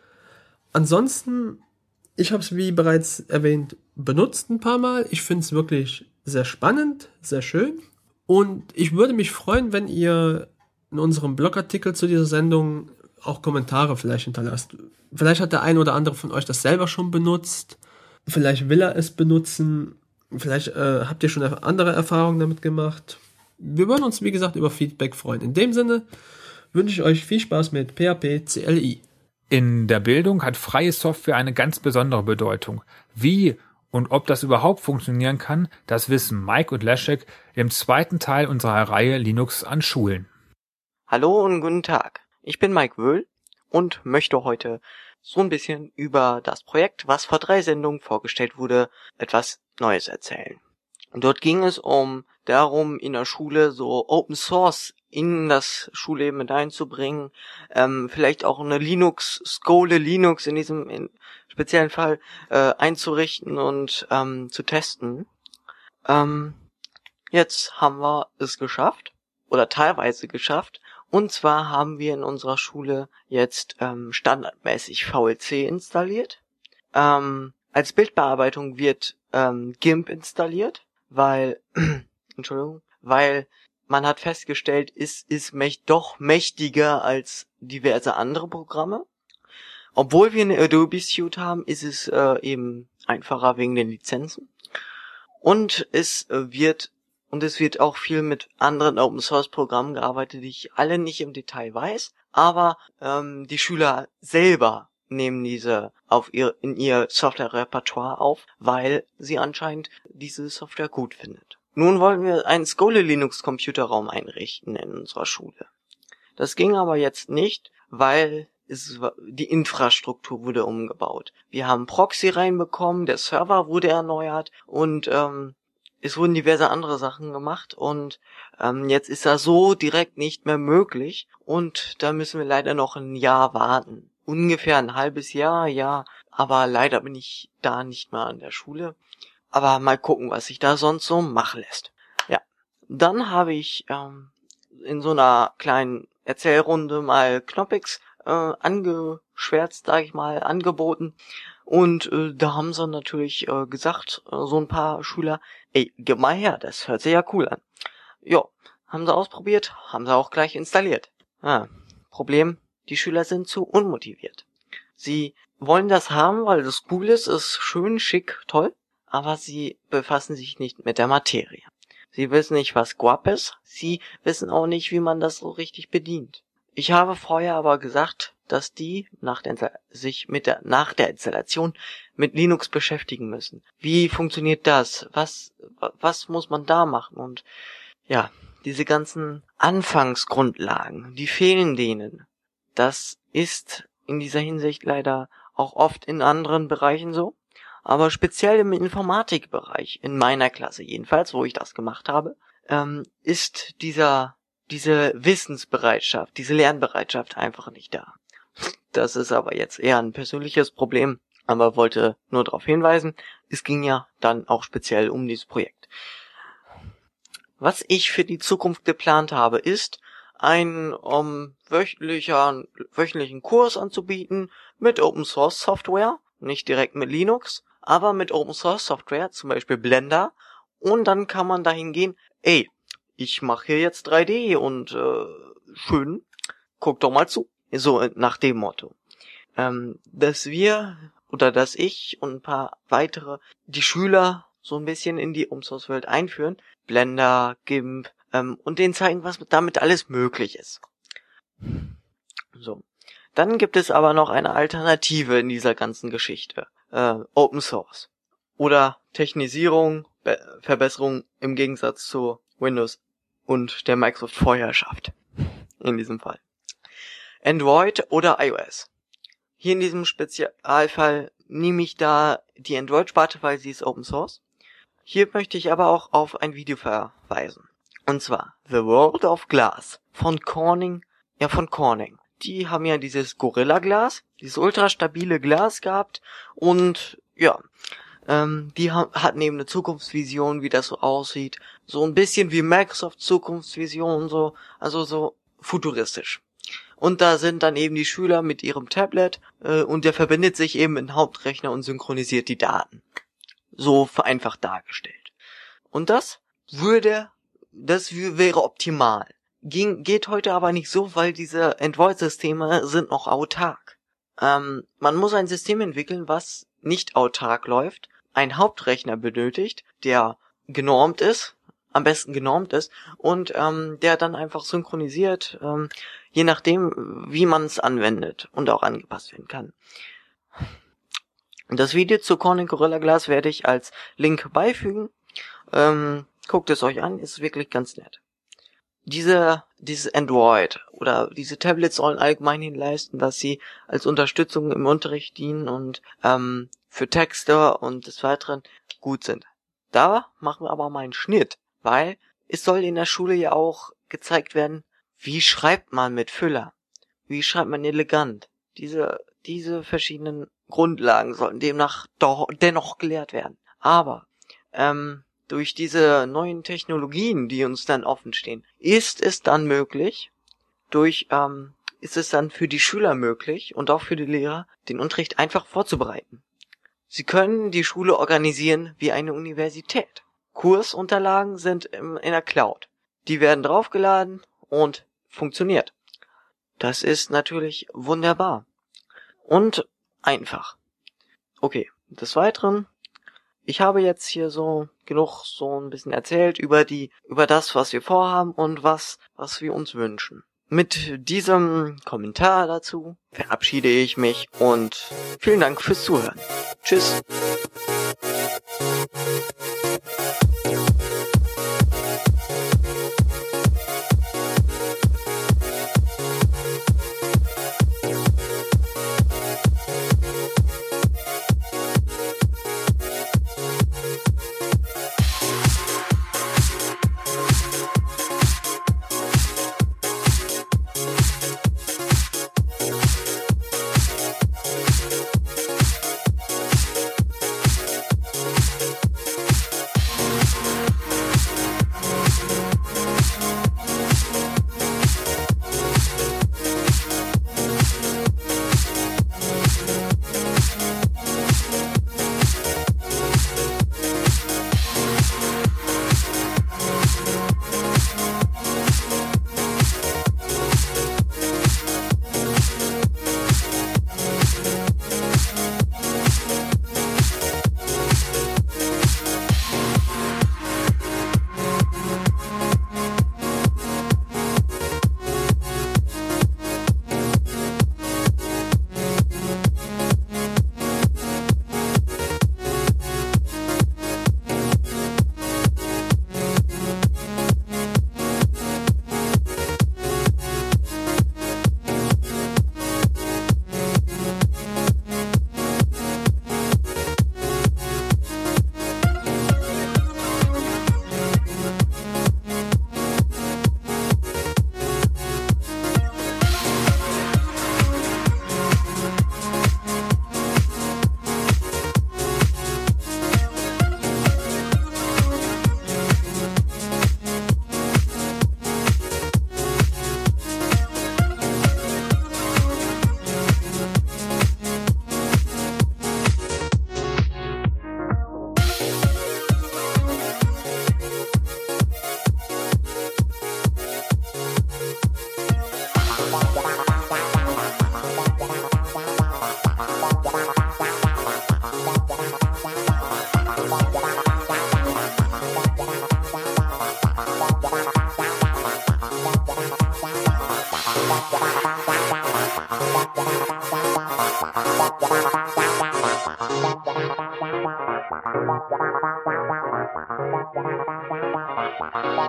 Ansonsten, ich habe es wie bereits erwähnt benutzt ein paar Mal. Ich finde es wirklich sehr spannend, sehr schön. Und ich würde mich freuen, wenn ihr in unserem Blogartikel zu dieser Sendung auch Kommentare vielleicht hinterlasst. Vielleicht hat der ein oder andere von euch das selber schon benutzt. Vielleicht will er es benutzen. Vielleicht äh, habt ihr schon andere Erfahrungen damit gemacht. Wir würden uns, wie gesagt, über Feedback freuen. In dem Sinne wünsche ich euch viel Spaß mit P H P C L I. In der Bildung hat freie Software eine ganz besondere Bedeutung. Wie und ob das überhaupt funktionieren kann, das wissen Mike und Leszek im zweiten Teil unserer Reihe Linux an Schulen. Hallo und guten Tag. Ich bin Mike Wöhl und möchte heute so ein bisschen über das Projekt, was vor drei Sendungen vorgestellt wurde, etwas Neues erzählen. Und dort ging es um darum, in der Schule so Open Source in das Schulleben mit einzubringen, ähm, vielleicht auch eine Linux, Skole Linux in diesem in speziellen Fall äh, einzurichten und ähm, zu testen. Ähm, jetzt haben wir es geschafft, oder teilweise geschafft, und zwar haben wir in unserer Schule jetzt ähm, standardmäßig V L C installiert. Ähm, als Bildbearbeitung wird ähm, GIMP installiert, weil, Entschuldigung, weil man hat festgestellt, es ist mächt, doch mächtiger als diverse andere Programme. Obwohl wir eine Adobe Suite haben, ist es äh, eben einfacher wegen den Lizenzen. Und es äh, wird und es wird auch viel mit anderen Open Source Programmen gearbeitet, die ich alle nicht im Detail weiß, aber ähm, die Schüler selber nehmen diese auf ihr in ihr Software-Repertoire auf, weil sie anscheinend diese Software gut findet. Nun wollen wir einen Skole Linux Computerraum einrichten in unserer Schule. Das ging aber jetzt nicht, weil es, die Infrastruktur wurde umgebaut. Wir haben Proxy reinbekommen, der Server wurde erneuert und ähm, es wurden diverse andere Sachen gemacht und ähm, jetzt ist das so direkt nicht mehr möglich und da müssen wir leider noch ein Jahr warten. Ungefähr ein halbes Jahr, ja, aber leider bin ich da nicht mehr an der Schule. Aber mal gucken, was sich da sonst so machen lässt. Ja, dann habe ich ähm, in so einer kleinen Erzählrunde mal Knoppix äh, angeschwärzt, sage ich mal, angeboten. Und äh, da haben sie natürlich äh, gesagt, äh, so ein paar Schüler, ey, gib mal her, das hört sich ja cool an. Jo, haben sie ausprobiert, haben sie auch gleich installiert. Ah, Problem, die Schüler sind zu unmotiviert. Sie wollen das haben, weil das cool ist, ist schön, schick, toll, aber sie befassen sich nicht mit der Materie. Sie wissen nicht, was G W A P ist, sie wissen auch nicht, wie man das so richtig bedient. Ich habe vorher aber gesagt, dass die nach der, sich mit der, nach der Installation mit Linux beschäftigen müssen. Wie funktioniert das? Was, was muss man da machen? Und ja, diese ganzen Anfangsgrundlagen, die fehlen denen. Das ist in dieser Hinsicht leider auch oft in anderen Bereichen so. aber speziell im Informatikbereich, in meiner Klasse jedenfalls, wo ich das gemacht habe, ähm, ist dieser diese Wissensbereitschaft, diese Lernbereitschaft einfach nicht da. Das ist aber jetzt eher ein persönliches Problem, aber wollte nur darauf hinweisen, es ging ja dann auch speziell um dieses Projekt. Was ich für die Zukunft geplant habe, ist, einen um, wöchentlicher, wöchentlichen Kurs anzubieten mit Open Source Software, nicht direkt mit Linux, aber mit Open Source Software, zum Beispiel Blender, und dann kann man dahin gehen, ey, ich mache hier jetzt drei D und äh, schön, guck doch mal zu. So nach dem Motto. Ähm, dass wir oder dass ich und ein paar weitere die Schüler so ein bisschen in die Open Source Welt einführen. Blender, GIMP ähm, und denen zeigen, was damit alles möglich ist. So. Dann gibt es aber noch eine Alternative in dieser ganzen Geschichte. Äh, Open Source. Oder Technisierung, Be- Verbesserung im Gegensatz zu Windows und der Microsoft-Vorherrschaft. In diesem Fall. Android oder iOS. Hier in diesem Spezialfall nehme ich da die Android-Sparte, weil sie ist Open Source. Hier möchte ich aber auch auf ein Video verweisen. Und zwar The World of Glass von Corning, ja von Corning. Die haben ja dieses Gorilla Glas, dieses ultra stabile Glas gehabt und ja, ähm, die ha- hatten eben eine Zukunftsvision, wie das so aussieht. So ein bisschen wie Microsoft Zukunftsvision, so, also so futuristisch. Und da sind dann eben die Schüler mit ihrem Tablet äh, und der verbindet sich eben in den Hauptrechner und synchronisiert die Daten. So vereinfacht dargestellt. Und das würde, das w- wäre optimal. Ging, geht heute aber nicht so, weil diese Android-Systeme sind noch autark. Ähm, man muss ein System entwickeln, was nicht autark läuft, einen Hauptrechner benötigt, der genormt ist, am besten genormt ist und ähm, der dann einfach synchronisiert, ähm, je nachdem, wie man es anwendet und auch angepasst werden kann. Das Video zu Corning Gorilla Glass werde ich als Link beifügen. Ähm, guckt es euch an, ist wirklich ganz nett. Diese, dieses Android oder diese Tablets sollen allgemein hin leisten, dass sie als Unterstützung im Unterricht dienen und ähm, für Texte und des Weiteren gut sind. Da machen wir aber mal einen Schnitt, weil es soll in der Schule ja auch gezeigt werden, wie schreibt man mit Füller? Wie schreibt man elegant? Diese, diese verschiedenen Grundlagen sollten demnach doch, dennoch gelehrt werden. Aber, ähm, durch diese neuen Technologien, die uns dann offen stehen, ist es dann möglich, durch, ähm, ist es dann für die Schüler möglich und auch für die Lehrer, den Unterricht einfach vorzubereiten. Sie können die Schule organisieren wie eine Universität. Kursunterlagen sind im, in der Cloud. Die werden draufgeladen und funktioniert. Das ist natürlich wunderbar. Und einfach. Okay, des Weiteren, ich habe jetzt hier so genug so ein bisschen erzählt über die, über das, was wir vorhaben und was, was wir uns wünschen. Mit diesem Kommentar dazu verabschiede ich mich und vielen Dank fürs Zuhören. Tschüss.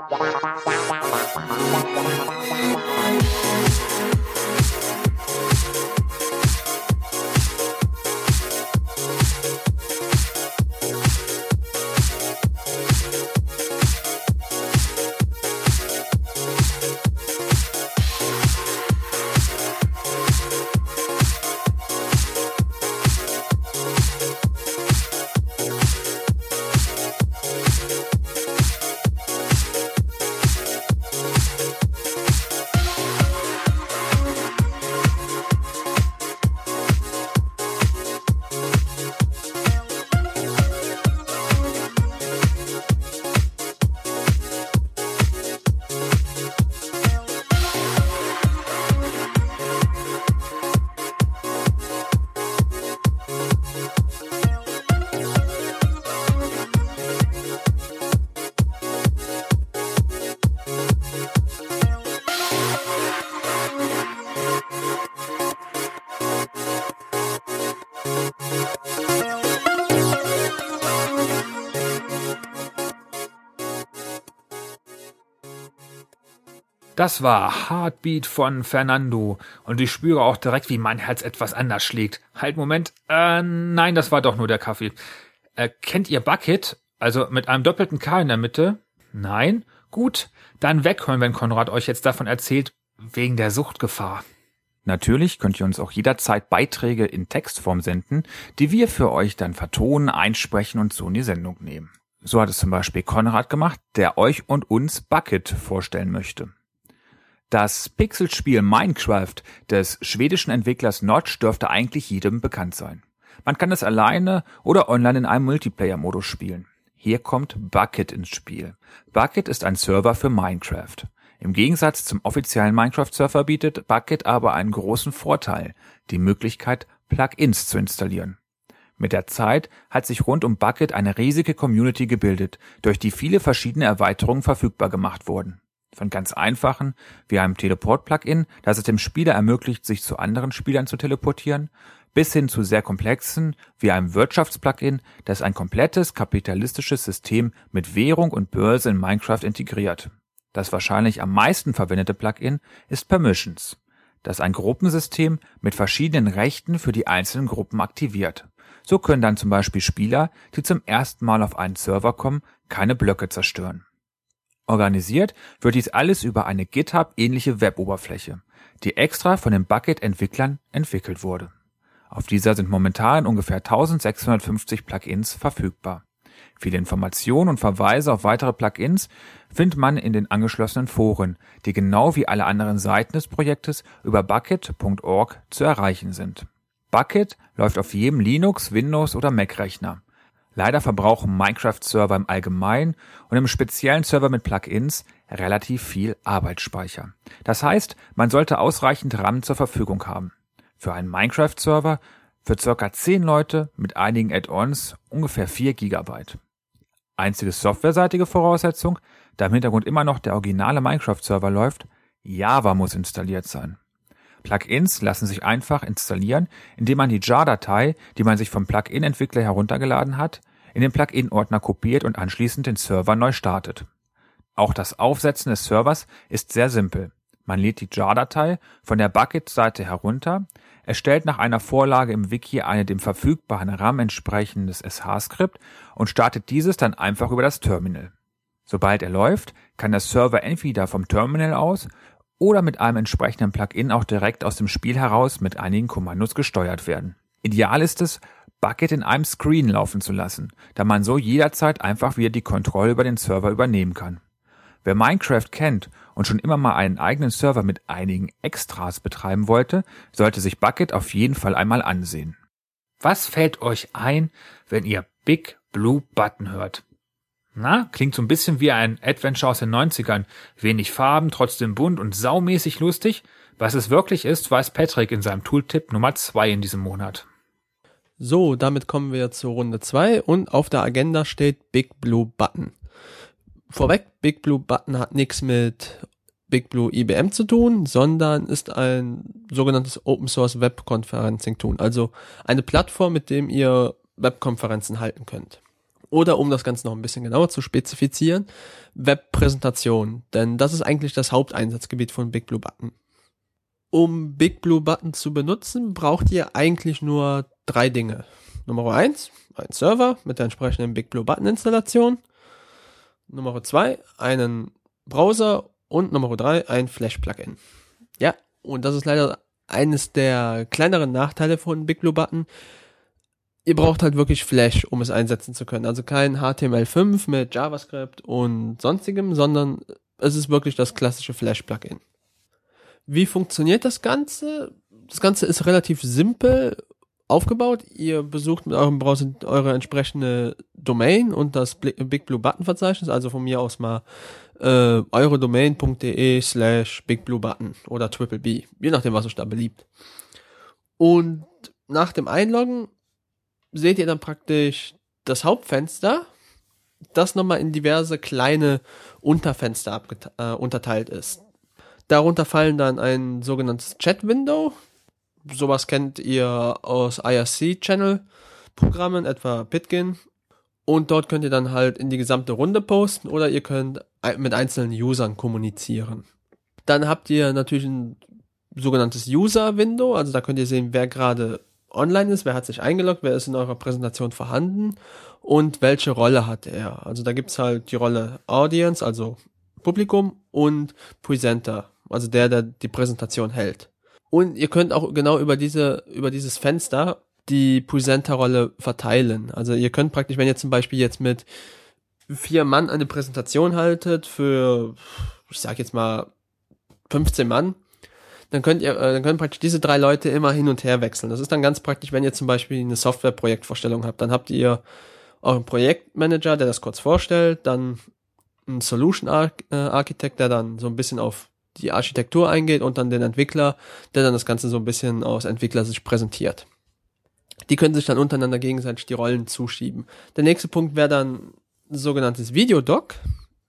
Das war Heartbeat von Fernando und ich spüre auch direkt, wie mein Herz etwas anders schlägt. Halt, Moment. Äh, nein, das war doch nur der Kaffee. Äh, kennt ihr Bucket? Also mit einem doppelten K in der Mitte? Nein? Gut, dann weghören, wenn Konrad euch jetzt davon erzählt, wegen der Suchtgefahr. Natürlich könnt ihr uns auch jederzeit Beiträge in Textform senden, die wir für euch dann vertonen, einsprechen und so in die Sendung nehmen. So hat es zum Beispiel Konrad gemacht, der euch und uns Bucket vorstellen möchte. Das Pixelspiel Minecraft des schwedischen Entwicklers Notch dürfte eigentlich jedem bekannt sein. Man kann es alleine oder online in einem Multiplayer-Modus spielen. Hier kommt Bucket ins Spiel. Bucket ist ein Server für Minecraft. Im Gegensatz zum offiziellen Minecraft-Server bietet Bucket aber einen großen Vorteil, die Möglichkeit, Plugins zu installieren. Mit der Zeit hat sich rund um Bucket eine riesige Community gebildet, durch die viele verschiedene Erweiterungen verfügbar gemacht wurden. Von ganz einfachen, wie einem Teleport-Plugin, das es dem Spieler ermöglicht, sich zu anderen Spielern zu teleportieren, bis hin zu sehr komplexen, wie einem Wirtschaftsplugin, das ein komplettes kapitalistisches System mit Währung und Börse in Minecraft integriert. Das wahrscheinlich am meisten verwendete Plugin ist Permissions, das ein Gruppensystem mit verschiedenen Rechten für die einzelnen Gruppen aktiviert. So können dann zum Beispiel Spieler, die zum ersten Mal auf einen Server kommen, keine Blöcke zerstören. Organisiert wird dies alles über eine GitHub-ähnliche Web-Oberfläche, die extra von den Bucket-Entwicklern entwickelt wurde. Auf dieser sind momentan ungefähr eintausendsechshundertfünfzig Plugins verfügbar. Viele Informationen und Verweise auf weitere Plugins findet man in den angeschlossenen Foren, die genau wie alle anderen Seiten des Projektes über bucket punkt org zu erreichen sind. Bucket läuft auf jedem Linux-, Windows- oder Mac-Rechner. Leider verbrauchen Minecraft-Server im Allgemeinen und im speziellen Server mit Plugins relativ viel Arbeitsspeicher. Das heißt, man sollte ausreichend RAM zur Verfügung haben. Für einen Minecraft-Server für circa zehn Leute mit einigen Add-ons ungefähr vier Gigabyte. Einzige softwareseitige Voraussetzung, da im Hintergrund immer noch der originale Minecraft-Server läuft, Java muss installiert sein. Plugins lassen sich einfach installieren, indem man die Jar-Datei, die man sich vom Plugin-Entwickler heruntergeladen hat, in den Plugin-Ordner kopiert und anschließend den Server neu startet. Auch das Aufsetzen des Servers ist sehr simpel. Man lädt die Jar-Datei von der Bucket-Seite herunter, erstellt nach einer Vorlage im Wiki eine dem verfügbaren RAM entsprechendes S H-Skript und startet dieses dann einfach über das Terminal. Sobald er läuft, kann der Server entweder vom Terminal aus oder mit einem entsprechenden Plugin auch direkt aus dem Spiel heraus mit einigen Kommandos gesteuert werden. Ideal ist es, Bucket in einem Screen laufen zu lassen, da man so jederzeit einfach wieder die Kontrolle über den Server übernehmen kann. Wer Minecraft kennt und schon immer mal einen eigenen Server mit einigen Extras betreiben wollte, sollte sich Bucket auf jeden Fall einmal ansehen. Was fällt euch ein, wenn ihr Big Blue Button hört? Na, klingt so ein bisschen wie ein Adventure aus den neunzigern. Wenig Farben, trotzdem bunt und saumäßig lustig. Was es wirklich ist, weiß Patrick in seinem Tooltip Nummer zwei in diesem Monat. So, damit kommen wir zur Runde zwei und auf der Agenda steht Big Blue Button. Vorweg, Big Blue Button hat nichts mit Big Blue I B M zu tun, sondern ist ein sogenanntes Open Source Webconferencing Tool, also eine Plattform, mit dem ihr Webkonferenzen halten könnt. Oder um das Ganze noch ein bisschen genauer zu spezifizieren, Webpräsentation, denn das ist eigentlich das Haupteinsatzgebiet von BigBlueButton. Um BigBlueButton zu benutzen, braucht ihr eigentlich nur drei Dinge. Nummer eins, ein Server mit der entsprechenden BigBlueButton-Installation. Nummer zwei, einen Browser und Nummer drei, ein Flash-Plugin. Ja, und das ist leider eines der kleineren Nachteile von BigBlueButton. Ihr braucht halt wirklich Flash, um es einsetzen zu können. Also kein H T M L fünf mit JavaScript und sonstigem, sondern es ist wirklich das klassische Flash-Plugin. Wie funktioniert das Ganze? Das Ganze ist relativ simpel aufgebaut. Ihr besucht mit eurem Browser eure entsprechende Domain und das BigBlueButton-Verzeichnis, also von mir aus mal äh, eurodomain.de slash BigBlueButton oder Triple B, je nachdem, was euch da beliebt. Und nach dem Einloggen seht ihr dann praktisch das Hauptfenster, das nochmal in diverse kleine Unterfenster abgete- äh, unterteilt ist. Darunter fallen dann ein sogenanntes Chat-Window. Sowas kennt ihr aus I R C-Channel-Programmen, etwa Pitkin. Und dort könnt ihr dann halt in die gesamte Runde posten oder ihr könnt mit einzelnen Usern kommunizieren. Dann habt ihr natürlich ein sogenanntes User-Window, also da könnt ihr sehen, wer gerade online ist, wer hat sich eingeloggt, wer ist in eurer Präsentation vorhanden und welche Rolle hat er. Also da gibt's halt die Rolle Audience, also Publikum, und Presenter, also der, der die Präsentation hält. Und ihr könnt auch genau über diese, über dieses Fenster die Presenter-Rolle verteilen. Also ihr könnt praktisch, wenn ihr zum Beispiel jetzt mit vier Mann eine Präsentation haltet für, ich sag jetzt mal, fünfzehn Mann, dann könnt ihr, äh, dann können praktisch diese drei Leute immer hin und her wechseln. Das ist dann ganz praktisch, wenn ihr zum Beispiel eine Software-Projektvorstellung habt. Dann habt ihr euren Projektmanager, der das kurz vorstellt, dann einen Solution-Architekt, der dann so ein bisschen auf die Architektur eingeht und dann den Entwickler, der dann das Ganze so ein bisschen aus Entwicklersicht präsentiert. Die können sich dann untereinander gegenseitig die Rollen zuschieben. Der nächste Punkt wäre dann ein sogenanntes Videodoc.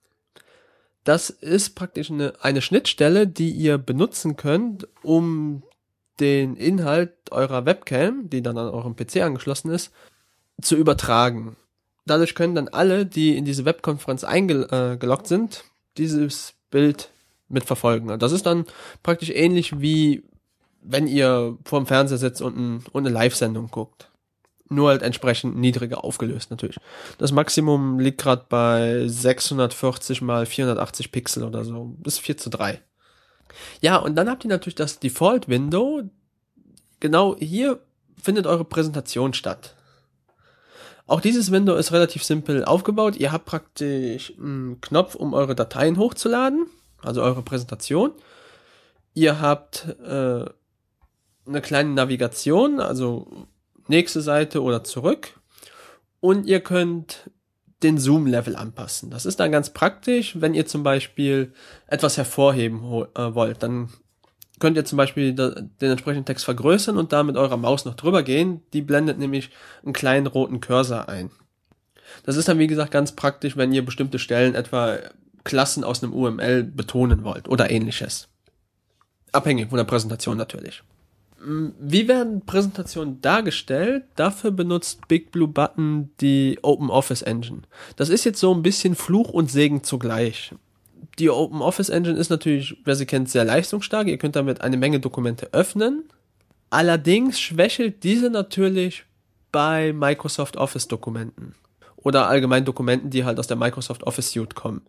Das ist praktisch eine, eine Schnittstelle, die ihr benutzen könnt, um den Inhalt eurer Webcam, die dann an eurem P C angeschlossen ist, zu übertragen. Dadurch können dann alle, die in diese Webkonferenz eingeloggt sind, dieses Bild mitverfolgen. Und das ist dann praktisch ähnlich wie wenn ihr vorm Fernseher sitzt und, ein, und eine Live-Sendung guckt. Nur halt entsprechend niedriger aufgelöst natürlich. Das Maximum liegt gerade bei sechshundertvierzig mal vierhundertachtzig Pixel oder so. Das ist vier zu drei. Ja, und dann habt ihr natürlich das Default-Window. Genau hier findet eure Präsentation statt. Auch dieses Window ist relativ simpel aufgebaut. Ihr habt praktisch einen Knopf, um eure Dateien hochzuladen, also eure Präsentation. Ihr habt äh, eine kleine Navigation, also nächste Seite oder zurück. Und ihr könnt den Zoom-Level anpassen. Das ist dann ganz praktisch, wenn ihr zum Beispiel etwas hervorheben ho- äh, wollt. Dann könnt ihr zum Beispiel da, den entsprechenden Text vergrößern und da mit eurer Maus noch drüber gehen. Die blendet nämlich einen kleinen roten Cursor ein. Das ist dann, wie gesagt, ganz praktisch, wenn ihr bestimmte Stellen, etwa Klassen aus einem U M L, betonen wollt oder ähnliches. Abhängig von der Präsentation natürlich. Wie werden Präsentationen dargestellt? Dafür benutzt BigBlueButton die OpenOffice Engine. Das ist jetzt so ein bisschen Fluch und Segen zugleich. Die OpenOffice Engine ist natürlich, wer sie kennt, sehr leistungsstark. Ihr könnt damit eine Menge Dokumente öffnen. Allerdings schwächelt diese natürlich bei Microsoft Office Dokumenten oder allgemein Dokumenten, die halt aus der Microsoft Office Suite kommen.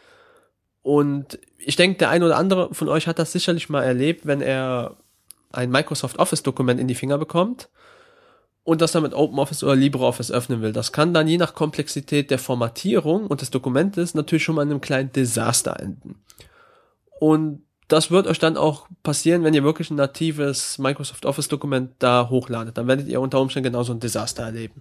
Und ich denke, der ein oder andere von euch hat das sicherlich mal erlebt, wenn er ein Microsoft Office Dokument in die Finger bekommt und das dann mit OpenOffice oder LibreOffice öffnen will. Das kann dann je nach Komplexität der Formatierung und des Dokumentes natürlich schon mal in einem kleinen Desaster enden. Und das wird euch dann auch passieren, wenn ihr wirklich ein natives Microsoft Office Dokument da hochladet. Dann werdet ihr unter Umständen genauso ein Desaster erleben.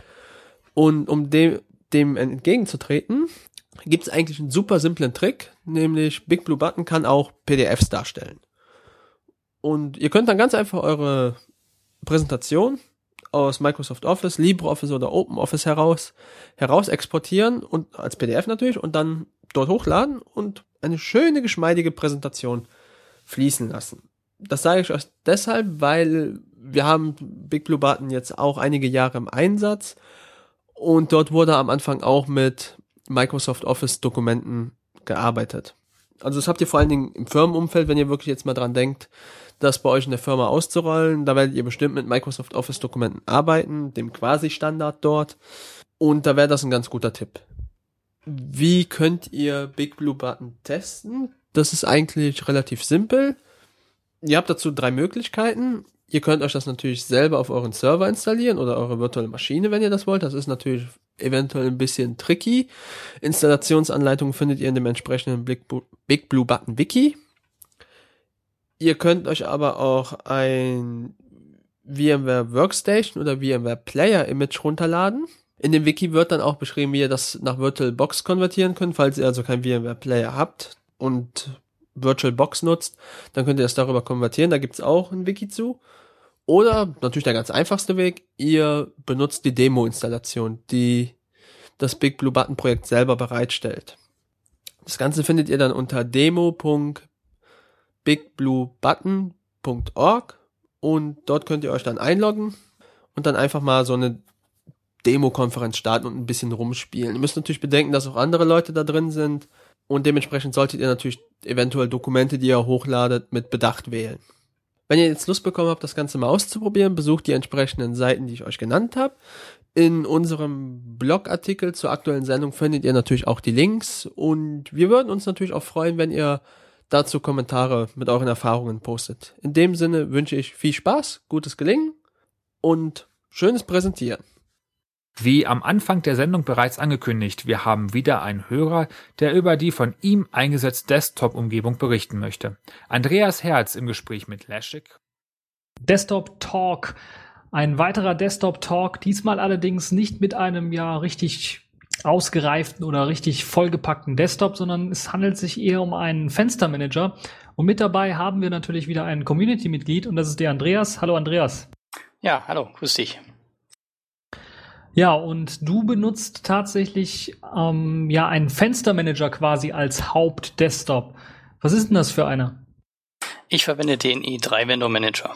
Und um dem, dem entgegenzutreten, gibt es eigentlich einen super simplen Trick, nämlich BigBlueButton kann auch P D Fs darstellen. Und ihr könnt dann ganz einfach eure Präsentation aus Microsoft Office, LibreOffice oder OpenOffice heraus, heraus exportieren und als P D F natürlich und dann dort hochladen und eine schöne, geschmeidige Präsentation fließen lassen. Das sage ich euch deshalb, weil wir haben BigBlueButton jetzt auch einige Jahre im Einsatz Und dort wurde am Anfang auch mit Microsoft Office Dokumenten gearbeitet. Also das habt ihr vor allen Dingen im Firmenumfeld, wenn ihr wirklich jetzt mal dran denkt, das bei euch in der Firma auszurollen. Da werdet ihr bestimmt mit Microsoft Office Dokumenten arbeiten, dem Quasi-Standard dort. Und da wäre das ein ganz guter Tipp. Wie könnt ihr Big Blue Button testen? Das ist eigentlich relativ simpel. Ihr habt dazu drei Möglichkeiten. Ihr könnt euch das natürlich selber auf euren Server installieren oder eure virtuelle Maschine, wenn ihr das wollt. Das ist natürlich eventuell ein bisschen tricky. Installationsanleitungen findet ihr in dem entsprechenden Big Blue Button Wiki. Ihr könnt euch aber auch ein VMware Workstation oder VMware Player Image runterladen. In dem Wiki wird dann auch beschrieben, wie ihr das nach VirtualBox konvertieren könnt, falls ihr also kein VMware Player habt und VirtualBox nutzt, dann könnt ihr das darüber konvertieren, da gibt's auch ein Wiki zu. Oder, natürlich der ganz einfachste Weg, ihr benutzt die Demo-Installation, die das Big Blue Button Projekt selber bereitstellt. Das Ganze findet ihr dann unter demo punkt big blue button punkt org und dort könnt ihr euch dann einloggen und dann einfach mal so eine Demo-Konferenz starten und ein bisschen rumspielen. Ihr müsst natürlich bedenken, dass auch andere Leute da drin sind und dementsprechend solltet ihr natürlich eventuell Dokumente, die ihr hochladet, mit Bedacht wählen. Wenn ihr jetzt Lust bekommen habt, das Ganze mal auszuprobieren, besucht die entsprechenden Seiten, die ich euch genannt habe. In unserem Blogartikel zur aktuellen Sendung findet ihr natürlich auch die Links und wir würden uns natürlich auch freuen, wenn ihr dazu Kommentare mit euren Erfahrungen postet. In dem Sinne wünsche ich viel Spaß, gutes Gelingen und schönes Präsentieren. Wie am Anfang der Sendung bereits angekündigt, wir haben wieder einen Hörer, der über die von ihm eingesetzte Desktop-Umgebung berichten möchte. Andreas Herz im Gespräch mit Lashik. Desktop Talk. Ein weiterer Desktop Talk, diesmal allerdings nicht mit einem ja richtig ausgereiften oder richtig vollgepackten Desktop, sondern es handelt sich eher um einen Fenstermanager. Und mit dabei haben wir natürlich wieder ein Community-Mitglied und das ist der Andreas. Hallo Andreas. Ja, hallo, grüß dich. Ja, und du benutzt tatsächlich ähm, ja einen Fenstermanager quasi als Hauptdesktop. Was ist denn das für einer? Ich verwende den i drei Window Manager.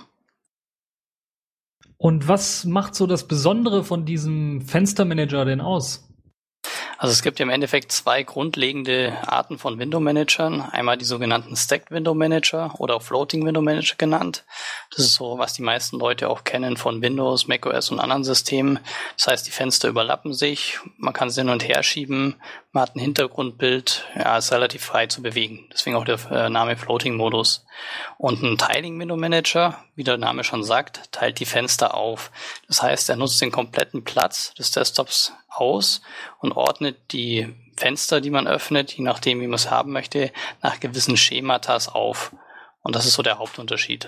Und was macht so das Besondere von diesem Fenstermanager denn aus? Also es gibt ja im Endeffekt zwei grundlegende Arten von Window Managern. Einmal die sogenannten Stacked Window Manager oder auch Floating Window Manager genannt. Das ist so, was die meisten Leute auch kennen von Windows, macOS und anderen Systemen. Das heißt, die Fenster überlappen sich, man kann sie hin und her schieben, man hat ein Hintergrundbild, ja, ist relativ frei zu bewegen. Deswegen auch der äh, Name Floating Modus. Und ein Tiling Window Manager, wie der Name schon sagt, teilt die Fenster auf. Das heißt, er nutzt den kompletten Platz des Desktops aus und ordnet die Fenster, die man öffnet, je nachdem, wie man es haben möchte, nach gewissen Schematas auf. Und das ist so der Hauptunterschied.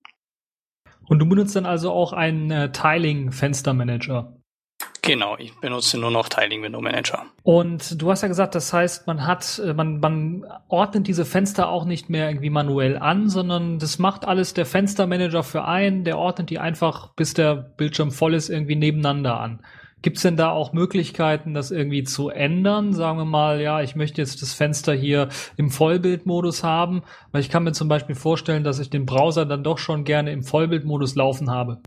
Und du benutzt dann also auch einen äh, Tiling-Fenstermanager? Genau, ich benutze nur noch Tiling Window Manager. Und du hast ja gesagt, das heißt, man hat, man, man ordnet diese Fenster auch nicht mehr irgendwie manuell an, sondern das macht alles der Fenstermanager für einen, der ordnet die einfach, bis der Bildschirm voll ist, irgendwie nebeneinander an. Gibt es denn da auch Möglichkeiten, das irgendwie zu ändern? Sagen wir mal, ja, ich möchte jetzt das Fenster hier im Vollbildmodus haben, weil ich kann mir zum Beispiel vorstellen, dass ich den Browser dann doch schon gerne im Vollbildmodus laufen habe.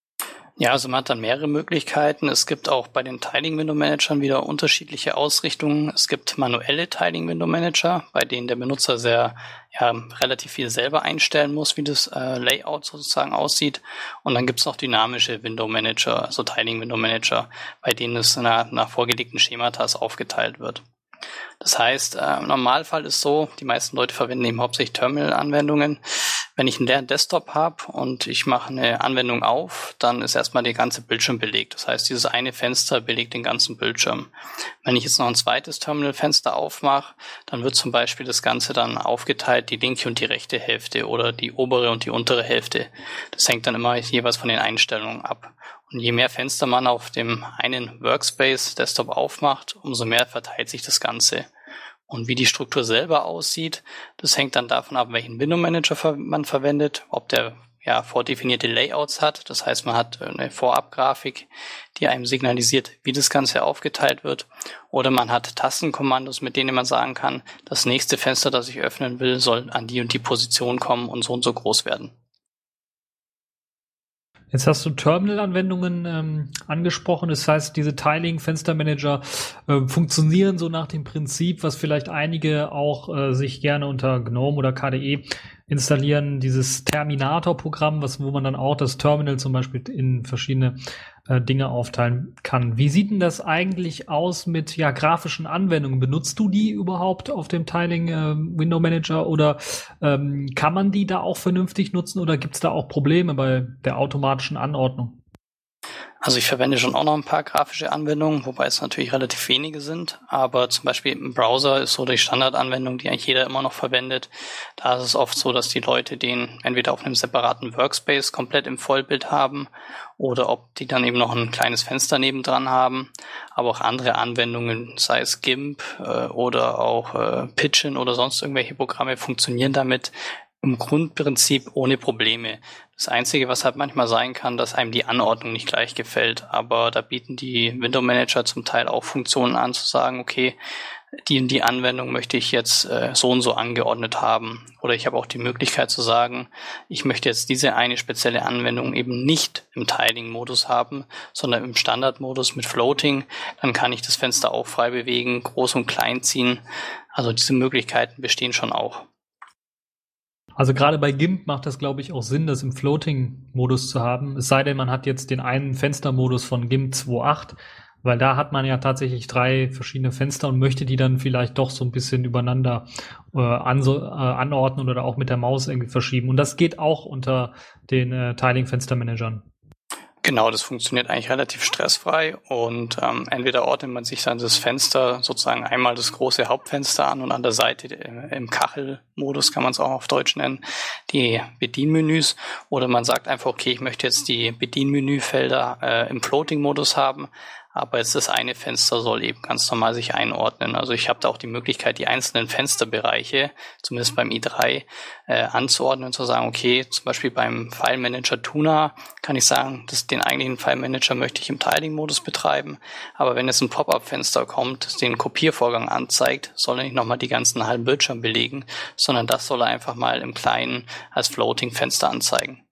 Ja, also man hat dann mehrere Möglichkeiten. Es gibt auch bei den Tiling Window Managern wieder unterschiedliche Ausrichtungen. Es gibt manuelle Tiling Window Manager, bei denen der Benutzer sehr ja, relativ viel selber einstellen muss, wie das äh, Layout sozusagen aussieht. Und dann gibt es noch dynamische Window Manager, also Tiling Window Manager, bei denen es nach, nach vorgelegten Schematas aufgeteilt wird. Das heißt, äh, im Normalfall ist so, die meisten Leute verwenden eben hauptsächlich Terminal-Anwendungen. Wenn ich einen leeren Desktop habe und ich mache eine Anwendung auf, dann ist erstmal der ganze Bildschirm belegt. Das heißt, dieses eine Fenster belegt den ganzen Bildschirm. Wenn ich jetzt noch ein zweites Terminal-Fenster aufmache, dann wird zum Beispiel das Ganze dann aufgeteilt, die linke und die rechte Hälfte oder die obere und die untere Hälfte. Das hängt dann immer jeweils von den Einstellungen ab. Und je mehr Fenster man auf dem einen Workspace-Desktop aufmacht, umso mehr verteilt sich das Ganze. Und wie die Struktur selber aussieht, das hängt dann davon ab, welchen Window Manager man verwendet, ob der ja vordefinierte Layouts hat. Das heißt, man hat eine Vorabgrafik, die einem signalisiert, wie das Ganze aufgeteilt wird. Oder man hat Tastenkommandos, mit denen man sagen kann, das nächste Fenster, das ich öffnen will, soll an die und die Position kommen und so und so groß werden. Jetzt hast du Terminal-Anwendungen ähm, angesprochen. Das heißt, diese Tiling-Fenstermanager äh, funktionieren so nach dem Prinzip, was vielleicht einige auch äh, sich gerne unter GNOME oder K D E installieren, dieses Terminator-Programm, was wo man dann auch das Terminal zum Beispiel in verschiedene äh, Dinge aufteilen kann. Wie sieht denn das eigentlich aus mit ja grafischen Anwendungen? Benutzt du die überhaupt auf dem Tiling äh, Window Manager oder ähm, kann man die da auch vernünftig nutzen oder gibt es da auch Probleme bei der automatischen Anordnung? Also ich verwende schon auch noch ein paar grafische Anwendungen, wobei es natürlich relativ wenige sind. Aber zum Beispiel im Browser ist so die Standardanwendung, die eigentlich jeder immer noch verwendet. Da ist es oft so, dass die Leute den entweder auf einem separaten Workspace komplett im Vollbild haben oder ob die dann eben noch ein kleines Fenster nebendran haben. Aber auch andere Anwendungen, sei es GIMP äh, oder auch äh, Pidgin oder sonst irgendwelche Programme, funktionieren damit im Grundprinzip ohne Probleme. Das Einzige, was halt manchmal sein kann, dass einem die Anordnung nicht gleich gefällt. Aber da bieten die Window Manager zum Teil auch Funktionen an, zu sagen, okay, die die Anwendung möchte ich jetzt äh, so und so angeordnet haben. Oder ich habe auch die Möglichkeit zu sagen, ich möchte jetzt diese eine spezielle Anwendung eben nicht im Tiling-Modus haben, sondern im Standardmodus mit Floating. Dann kann ich das Fenster auch frei bewegen, groß und klein ziehen. Also diese Möglichkeiten bestehen schon auch. Also gerade bei GIMP macht das, glaube ich, auch Sinn, das im Floating-Modus zu haben. Es sei denn, man hat jetzt den einen Fenstermodus von GIMP zwei Punkt acht, weil da hat man ja tatsächlich drei verschiedene Fenster und möchte die dann vielleicht doch so ein bisschen übereinander äh, anso- äh, anordnen oder auch mit der Maus irgendwie verschieben. Und das geht auch unter den äh, Tiling-Fenstermanagern. Genau, das funktioniert eigentlich relativ stressfrei und ähm, entweder ordnet man sich dann das Fenster sozusagen einmal das große Hauptfenster an und an der Seite äh, im Kachelmodus, kann man es auch auf Deutsch nennen, die Bedienmenüs, oder man sagt einfach, okay, ich möchte jetzt die Bedienmenüfelder äh, im Floating-Modus haben, aber jetzt das eine Fenster soll eben ganz normal sich einordnen. Also ich habe da auch die Möglichkeit, die einzelnen Fensterbereiche, zumindest beim i drei, äh, anzuordnen und zu sagen, okay, zum Beispiel beim File Manager Tuna kann ich sagen, dass den eigentlichen File Manager möchte ich im Tiling-Modus betreiben, aber wenn jetzt ein Pop-up-Fenster kommt, das den Kopiervorgang anzeigt, soll er nicht nochmal die ganzen halben Bildschirm belegen, sondern das soll er einfach mal im Kleinen als Floating-Fenster anzeigen.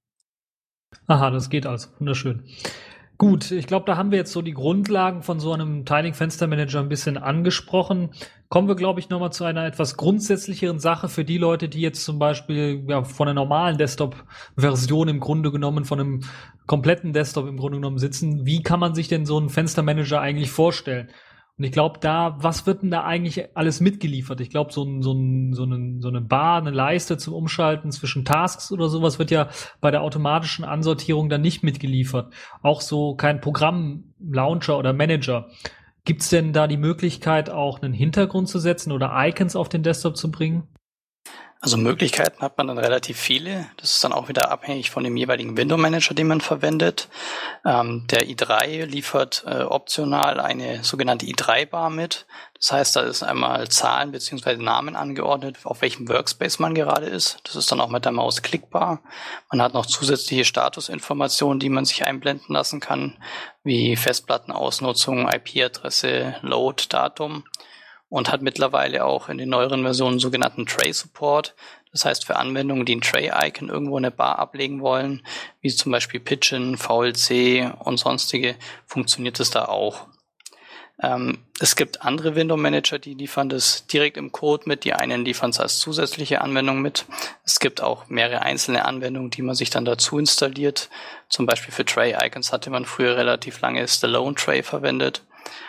Aha, das geht also. Wunderschön. Gut, ich glaube, da haben wir jetzt so die Grundlagen von so einem Tiling-Fenstermanager ein bisschen angesprochen. Kommen wir, glaube ich, nochmal zu einer etwas grundsätzlicheren Sache für die Leute, die jetzt zum Beispiel ja, von einer normalen Desktop-Version im Grunde genommen, von einem kompletten Desktop im Grunde genommen sitzen. Wie kann man sich denn so einen Fenstermanager eigentlich vorstellen? Und ich glaube, da, was wird denn da eigentlich alles mitgeliefert? Ich glaube, so, ein, so, ein, so, ein, so eine Bar, eine Leiste zum Umschalten zwischen Tasks oder sowas wird ja bei der automatischen Ansortierung dann nicht mitgeliefert. Auch so kein Programm-Launcher oder Manager. Gibt's denn da die Möglichkeit, auch einen Hintergrund zu setzen oder Icons auf den Desktop zu bringen? Also Möglichkeiten hat man dann relativ viele. Das ist dann auch wieder abhängig von dem jeweiligen Window Manager, den man verwendet. Ähm, der i drei liefert äh, optional eine sogenannte i drei Bar mit. Das heißt, da ist einmal Zahlen bzw. Namen angeordnet, auf welchem Workspace man gerade ist. Das ist dann auch mit der Maus klickbar. Man hat noch zusätzliche Statusinformationen, die man sich einblenden lassen kann, wie Festplattenausnutzung, I P-Adresse, Load, Datum. Und hat mittlerweile auch in den neueren Versionen sogenannten Tray-Support. Das heißt, für Anwendungen, die ein Tray-Icon irgendwo in der Bar ablegen wollen, wie zum Beispiel Pidgin, V L C und sonstige, funktioniert es da auch. Ähm, es gibt andere Window-Manager, die liefern das direkt im Code mit. Die einen liefern es als zusätzliche Anwendung mit. Es gibt auch mehrere einzelne Anwendungen, die man sich dann dazu installiert. Zum Beispiel für Tray-Icons hatte man früher relativ lange Stallone Tray verwendet.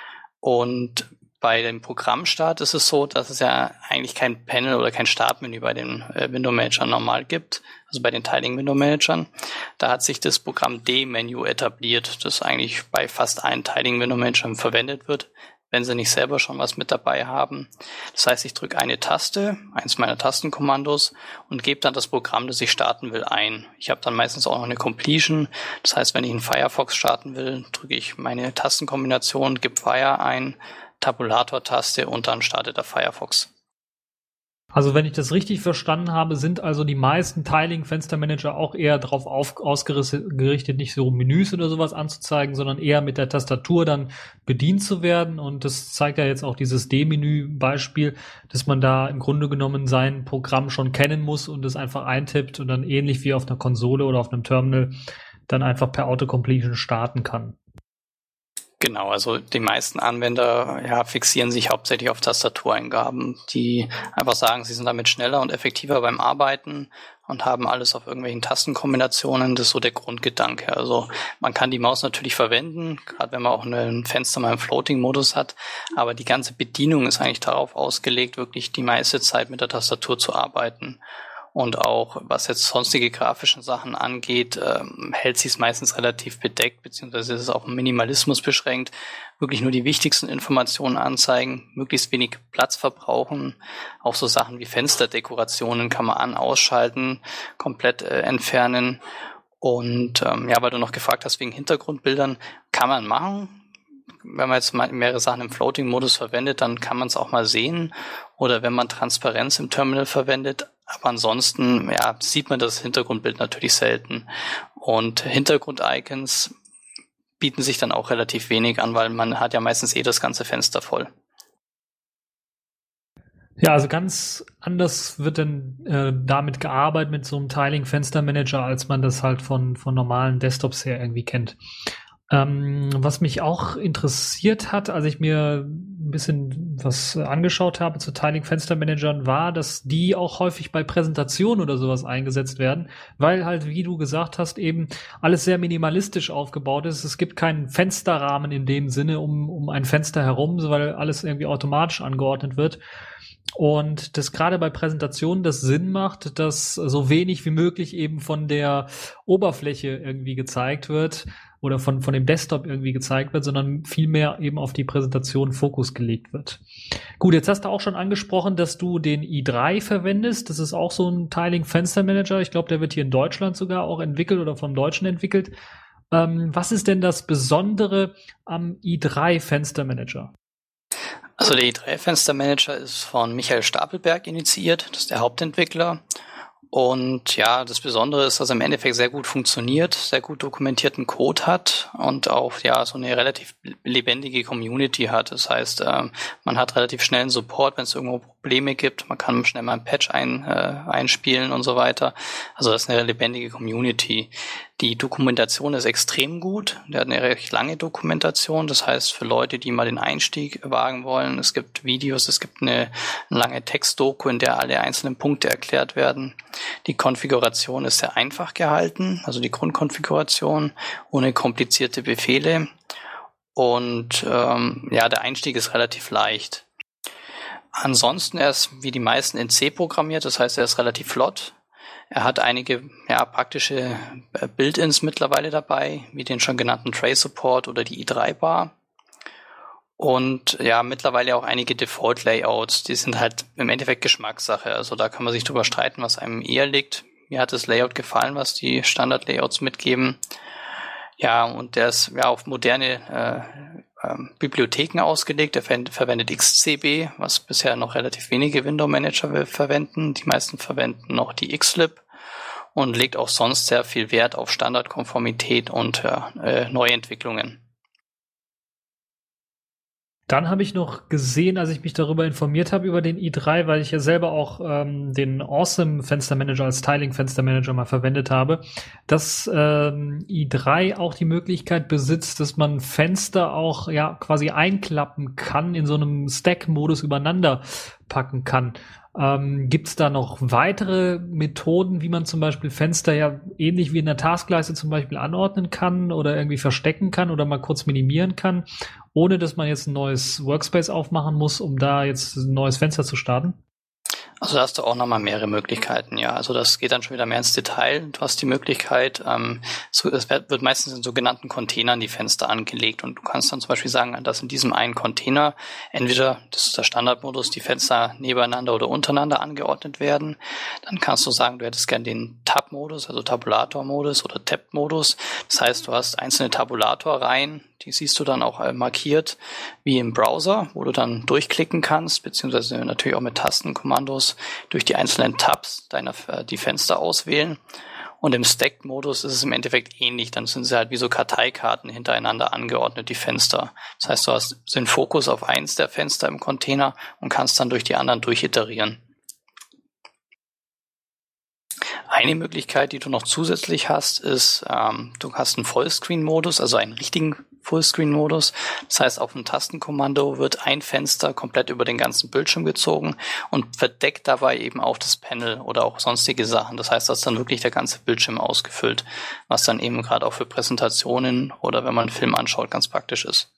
Und bei dem Programmstart ist es so, dass es ja eigentlich kein Panel oder kein Startmenü bei den äh, Window Managern normal gibt, also bei den Tiling Window Managern. Da hat sich das Programm D-Menü etabliert, das eigentlich bei fast allen Tiling Window Managern verwendet wird, wenn sie nicht selber schon was mit dabei haben. Das heißt, ich drücke eine Taste, eins meiner Tastenkommandos, und gebe dann das Programm, das ich starten will, ein. Ich habe dann meistens auch noch eine Completion. Das heißt, wenn ich einen Firefox starten will, drücke ich meine Tastenkombination, gebe Fire ein, Tabulator-Taste und dann startet der Firefox. Also wenn ich das richtig verstanden habe, sind also die meisten Tiling-Fenstermanager auch eher darauf ausgerichtet, nicht so Menüs oder sowas anzuzeigen, sondern eher mit der Tastatur dann bedient zu werden. Und das zeigt ja jetzt auch dieses D-Menü-Beispiel, dass man da im Grunde genommen sein Programm schon kennen muss und es einfach eintippt und dann ähnlich wie auf einer Konsole oder auf einem Terminal dann einfach per Autocompletion starten kann. Genau, also die meisten Anwender ja, fixieren sich hauptsächlich auf Tastatureingaben, die einfach sagen, sie sind damit schneller und effektiver beim Arbeiten und haben alles auf irgendwelchen Tastenkombinationen. Das ist so der Grundgedanke. Also man kann die Maus natürlich verwenden, gerade wenn man auch ein Fenster mal im Floating-Modus hat, aber die ganze Bedienung ist eigentlich darauf ausgelegt, wirklich die meiste Zeit mit der Tastatur zu arbeiten. Und auch, was jetzt sonstige grafischen Sachen angeht, ähm, hält sich es meistens relativ bedeckt, beziehungsweise ist es auf Minimalismus beschränkt. Wirklich nur die wichtigsten Informationen anzeigen, möglichst wenig Platz verbrauchen. Auch so Sachen wie Fensterdekorationen kann man an-, ausschalten, komplett äh, entfernen. Und ähm, ja, weil du noch gefragt hast wegen Hintergrundbildern, kann man machen. Wenn man jetzt mal mehrere Sachen im Floating-Modus verwendet, dann kann man es auch mal sehen. Oder wenn man Transparenz im Terminal verwendet. Aber ansonsten ja, sieht man das Hintergrundbild natürlich selten. Und Hintergrund-Icons bieten sich dann auch relativ wenig an, weil man hat ja meistens eh das ganze Fenster voll. Ja, also ganz anders wird dann äh, damit gearbeitet mit so einem Tiling-Fenster-Manager, als man das halt von, von normalen Desktops her irgendwie kennt. Ähm, was mich auch interessiert hat, als ich mir ein bisschen was angeschaut habe zu Tiling-Fenster-Managern, war, dass die auch häufig bei Präsentationen oder sowas eingesetzt werden, weil halt, wie du gesagt hast, eben alles sehr minimalistisch aufgebaut ist. Es gibt keinen Fensterrahmen in dem Sinne um, um ein Fenster herum, weil alles irgendwie automatisch angeordnet wird. Und das gerade bei Präsentationen das Sinn macht, dass so wenig wie möglich eben von der Oberfläche irgendwie gezeigt wird oder von, von dem Desktop irgendwie gezeigt wird, sondern vielmehr eben auf die Präsentation Fokus gelegt wird. Gut, jetzt hast du auch schon angesprochen, dass du den i drei verwendest. Das ist auch so ein Tiling-Fenster-Manager. Ich glaube, der wird hier in Deutschland sogar auch entwickelt oder vom Deutschen entwickelt. Ähm, was ist denn das Besondere am i drei Fenster-Manager? Also der i drei Fenster-Manager ist von Michael Stapelberg initiiert. Das ist der Hauptentwickler. Und ja, das Besondere ist, dass er im Endeffekt sehr gut funktioniert, sehr gut dokumentierten Code hat und auch ja so eine relativ lebendige Community hat. Das heißt, ähm, man hat relativ schnellen Support, wenn es irgendwo Probleme gibt. Man kann schnell mal ein Patch ein, äh, einspielen und so weiter. Also das ist eine lebendige Community. Die Dokumentation ist extrem gut. Der hat eine recht lange Dokumentation. Das heißt, für Leute, die mal den Einstieg wagen wollen, es gibt Videos, es gibt eine, eine lange Textdoku, in der alle einzelnen Punkte erklärt werden. Die Konfiguration ist sehr einfach gehalten, also die Grundkonfiguration, ohne komplizierte Befehle. Und ähm, ja, der Einstieg ist relativ leicht. Ansonsten, er ist wie die meisten in C programmiert, das heißt, er ist relativ flott. Er hat einige ja, praktische Build-ins mittlerweile dabei, wie den schon genannten Tray Support oder die i drei Bar. Und ja, mittlerweile auch einige Default-Layouts, die sind halt im Endeffekt Geschmackssache. Also da kann man sich drüber streiten, was einem eher liegt. Mir hat das Layout gefallen, was die Standard-Layouts mitgeben. Ja, und der ist ja auf moderne äh, äh, Bibliotheken ausgelegt. Er ver- verwendet X C B, was bisher noch relativ wenige Window-Manager verwenden. Die meisten verwenden noch die Xlib und legt auch sonst sehr viel Wert auf Standardkonformität und ja, äh, Neuentwicklungen. Dann habe ich noch gesehen, als ich mich darüber informiert habe, über den i drei, weil ich ja selber auch ähm, den Awesome Fenstermanager als Tiling-Fenstermanager mal verwendet habe, dass ähm, i drei auch die Möglichkeit besitzt, dass man Fenster auch ja quasi einklappen kann, in so einem Stack-Modus übereinander packen kann. Ähm, Gibt es da noch weitere Methoden, wie man zum Beispiel Fenster ja ähnlich wie in der Taskleiste zum Beispiel anordnen kann oder irgendwie verstecken kann oder mal kurz minimieren kann, ohne dass man jetzt ein neues Workspace aufmachen muss, um da jetzt ein neues Fenster zu starten? Also da hast du auch nochmal mehrere Möglichkeiten, ja. Also das geht dann schon wieder mehr ins Detail. Du hast die Möglichkeit, ähm, so, es wird, wird meistens in sogenannten Containern die Fenster angelegt und du kannst dann zum Beispiel sagen, dass in diesem einen Container entweder, das ist der Standardmodus, die Fenster nebeneinander oder untereinander angeordnet werden. Dann kannst du sagen, du hättest gern den Tab-Modus, also Tabulator-Modus oder Tab-Modus. Das heißt, du hast einzelne Tabulatorreihen, die siehst du dann auch äh, markiert, wie im Browser, wo du dann durchklicken kannst, beziehungsweise natürlich auch mit Tastenkommandos durch die einzelnen Tabs deiner äh, die Fenster auswählen. Und im Stacked-Modus ist es im Endeffekt ähnlich. Dann sind sie halt wie so Karteikarten hintereinander angeordnet, die Fenster. Das heißt, du hast den Fokus auf eins der Fenster im Container und kannst dann durch die anderen durchiterieren. Eine Möglichkeit, die du noch zusätzlich hast, ist, ähm, du hast einen Vollscreen-Modus, also einen richtigen Fullscreen-Modus. Das heißt, auf dem Tastenkommando wird ein Fenster komplett über den ganzen Bildschirm gezogen und verdeckt dabei eben auch das Panel oder auch sonstige Sachen. Das heißt, da ist dann wirklich der ganze Bildschirm ausgefüllt, was dann eben gerade auch für Präsentationen oder wenn man einen Film anschaut, ganz praktisch ist.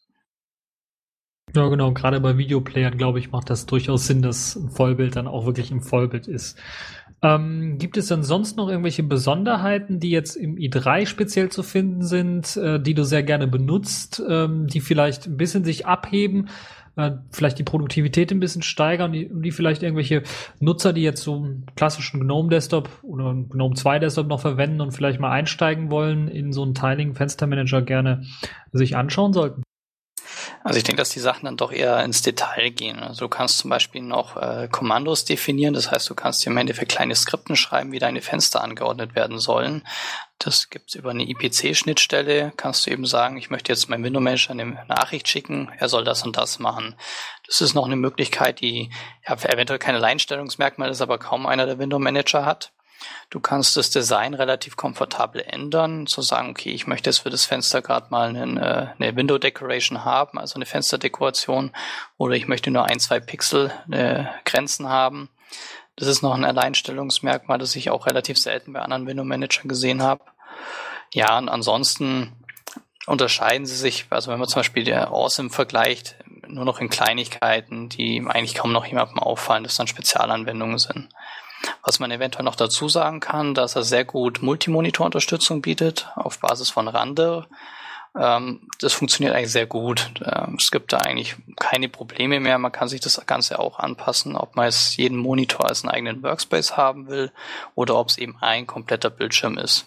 Ja, genau. Gerade bei Videoplayern, glaube ich, macht das durchaus Sinn, dass ein Vollbild dann auch wirklich im Vollbild ist. Ähm, gibt es denn sonst noch irgendwelche Besonderheiten, die jetzt im i drei speziell zu finden sind, äh, die du sehr gerne benutzt, ähm, die vielleicht ein bisschen sich abheben, äh, vielleicht die Produktivität ein bisschen steigern, die, die vielleicht irgendwelche Nutzer, die jetzt so einen klassischen GNOME-Desktop oder einen GNOME zwei Desktop noch verwenden und vielleicht mal einsteigen wollen in so einen Tiling-Fenstermanager gerne sich anschauen sollten? Also ich denke, dass die Sachen dann doch eher ins Detail gehen. Also du kannst zum Beispiel noch äh, Kommandos definieren. Das heißt, du kannst dir im Endeffekt kleine Skripten schreiben, wie deine Fenster angeordnet werden sollen. Das gibt's über eine I P C-Schnittstelle. Kannst du eben sagen, ich möchte jetzt meinem Window-Manager eine Nachricht schicken, er soll das und das machen. Das ist noch eine Möglichkeit, die ja eventuell keine Alleinstellungsmerkmal ist, aber kaum einer der Window-Manager hat. Du kannst das Design relativ komfortabel ändern, zu sagen, okay, ich möchte jetzt für das Fenster gerade mal eine, eine Window Decoration haben, also eine Fensterdekoration, oder ich möchte nur ein, zwei Pixel äh, Grenzen haben. Das ist noch ein Alleinstellungsmerkmal, das ich auch relativ selten bei anderen Window Managern gesehen habe. Ja, und ansonsten unterscheiden sie sich, also wenn man zum Beispiel der Awesome vergleicht, nur noch in Kleinigkeiten, die eigentlich kaum noch jemandem auffallen, dass dann Spezialanwendungen sind. Was man eventuell noch dazu sagen kann, dass er sehr gut Multimonitor-Unterstützung bietet auf Basis von Rande. Ähm, das funktioniert eigentlich sehr gut. Ähm, es gibt da eigentlich keine Probleme mehr. Man kann sich das Ganze auch anpassen, ob man jetzt jeden Monitor als einen eigenen Workspace haben will oder ob es eben ein kompletter Bildschirm ist.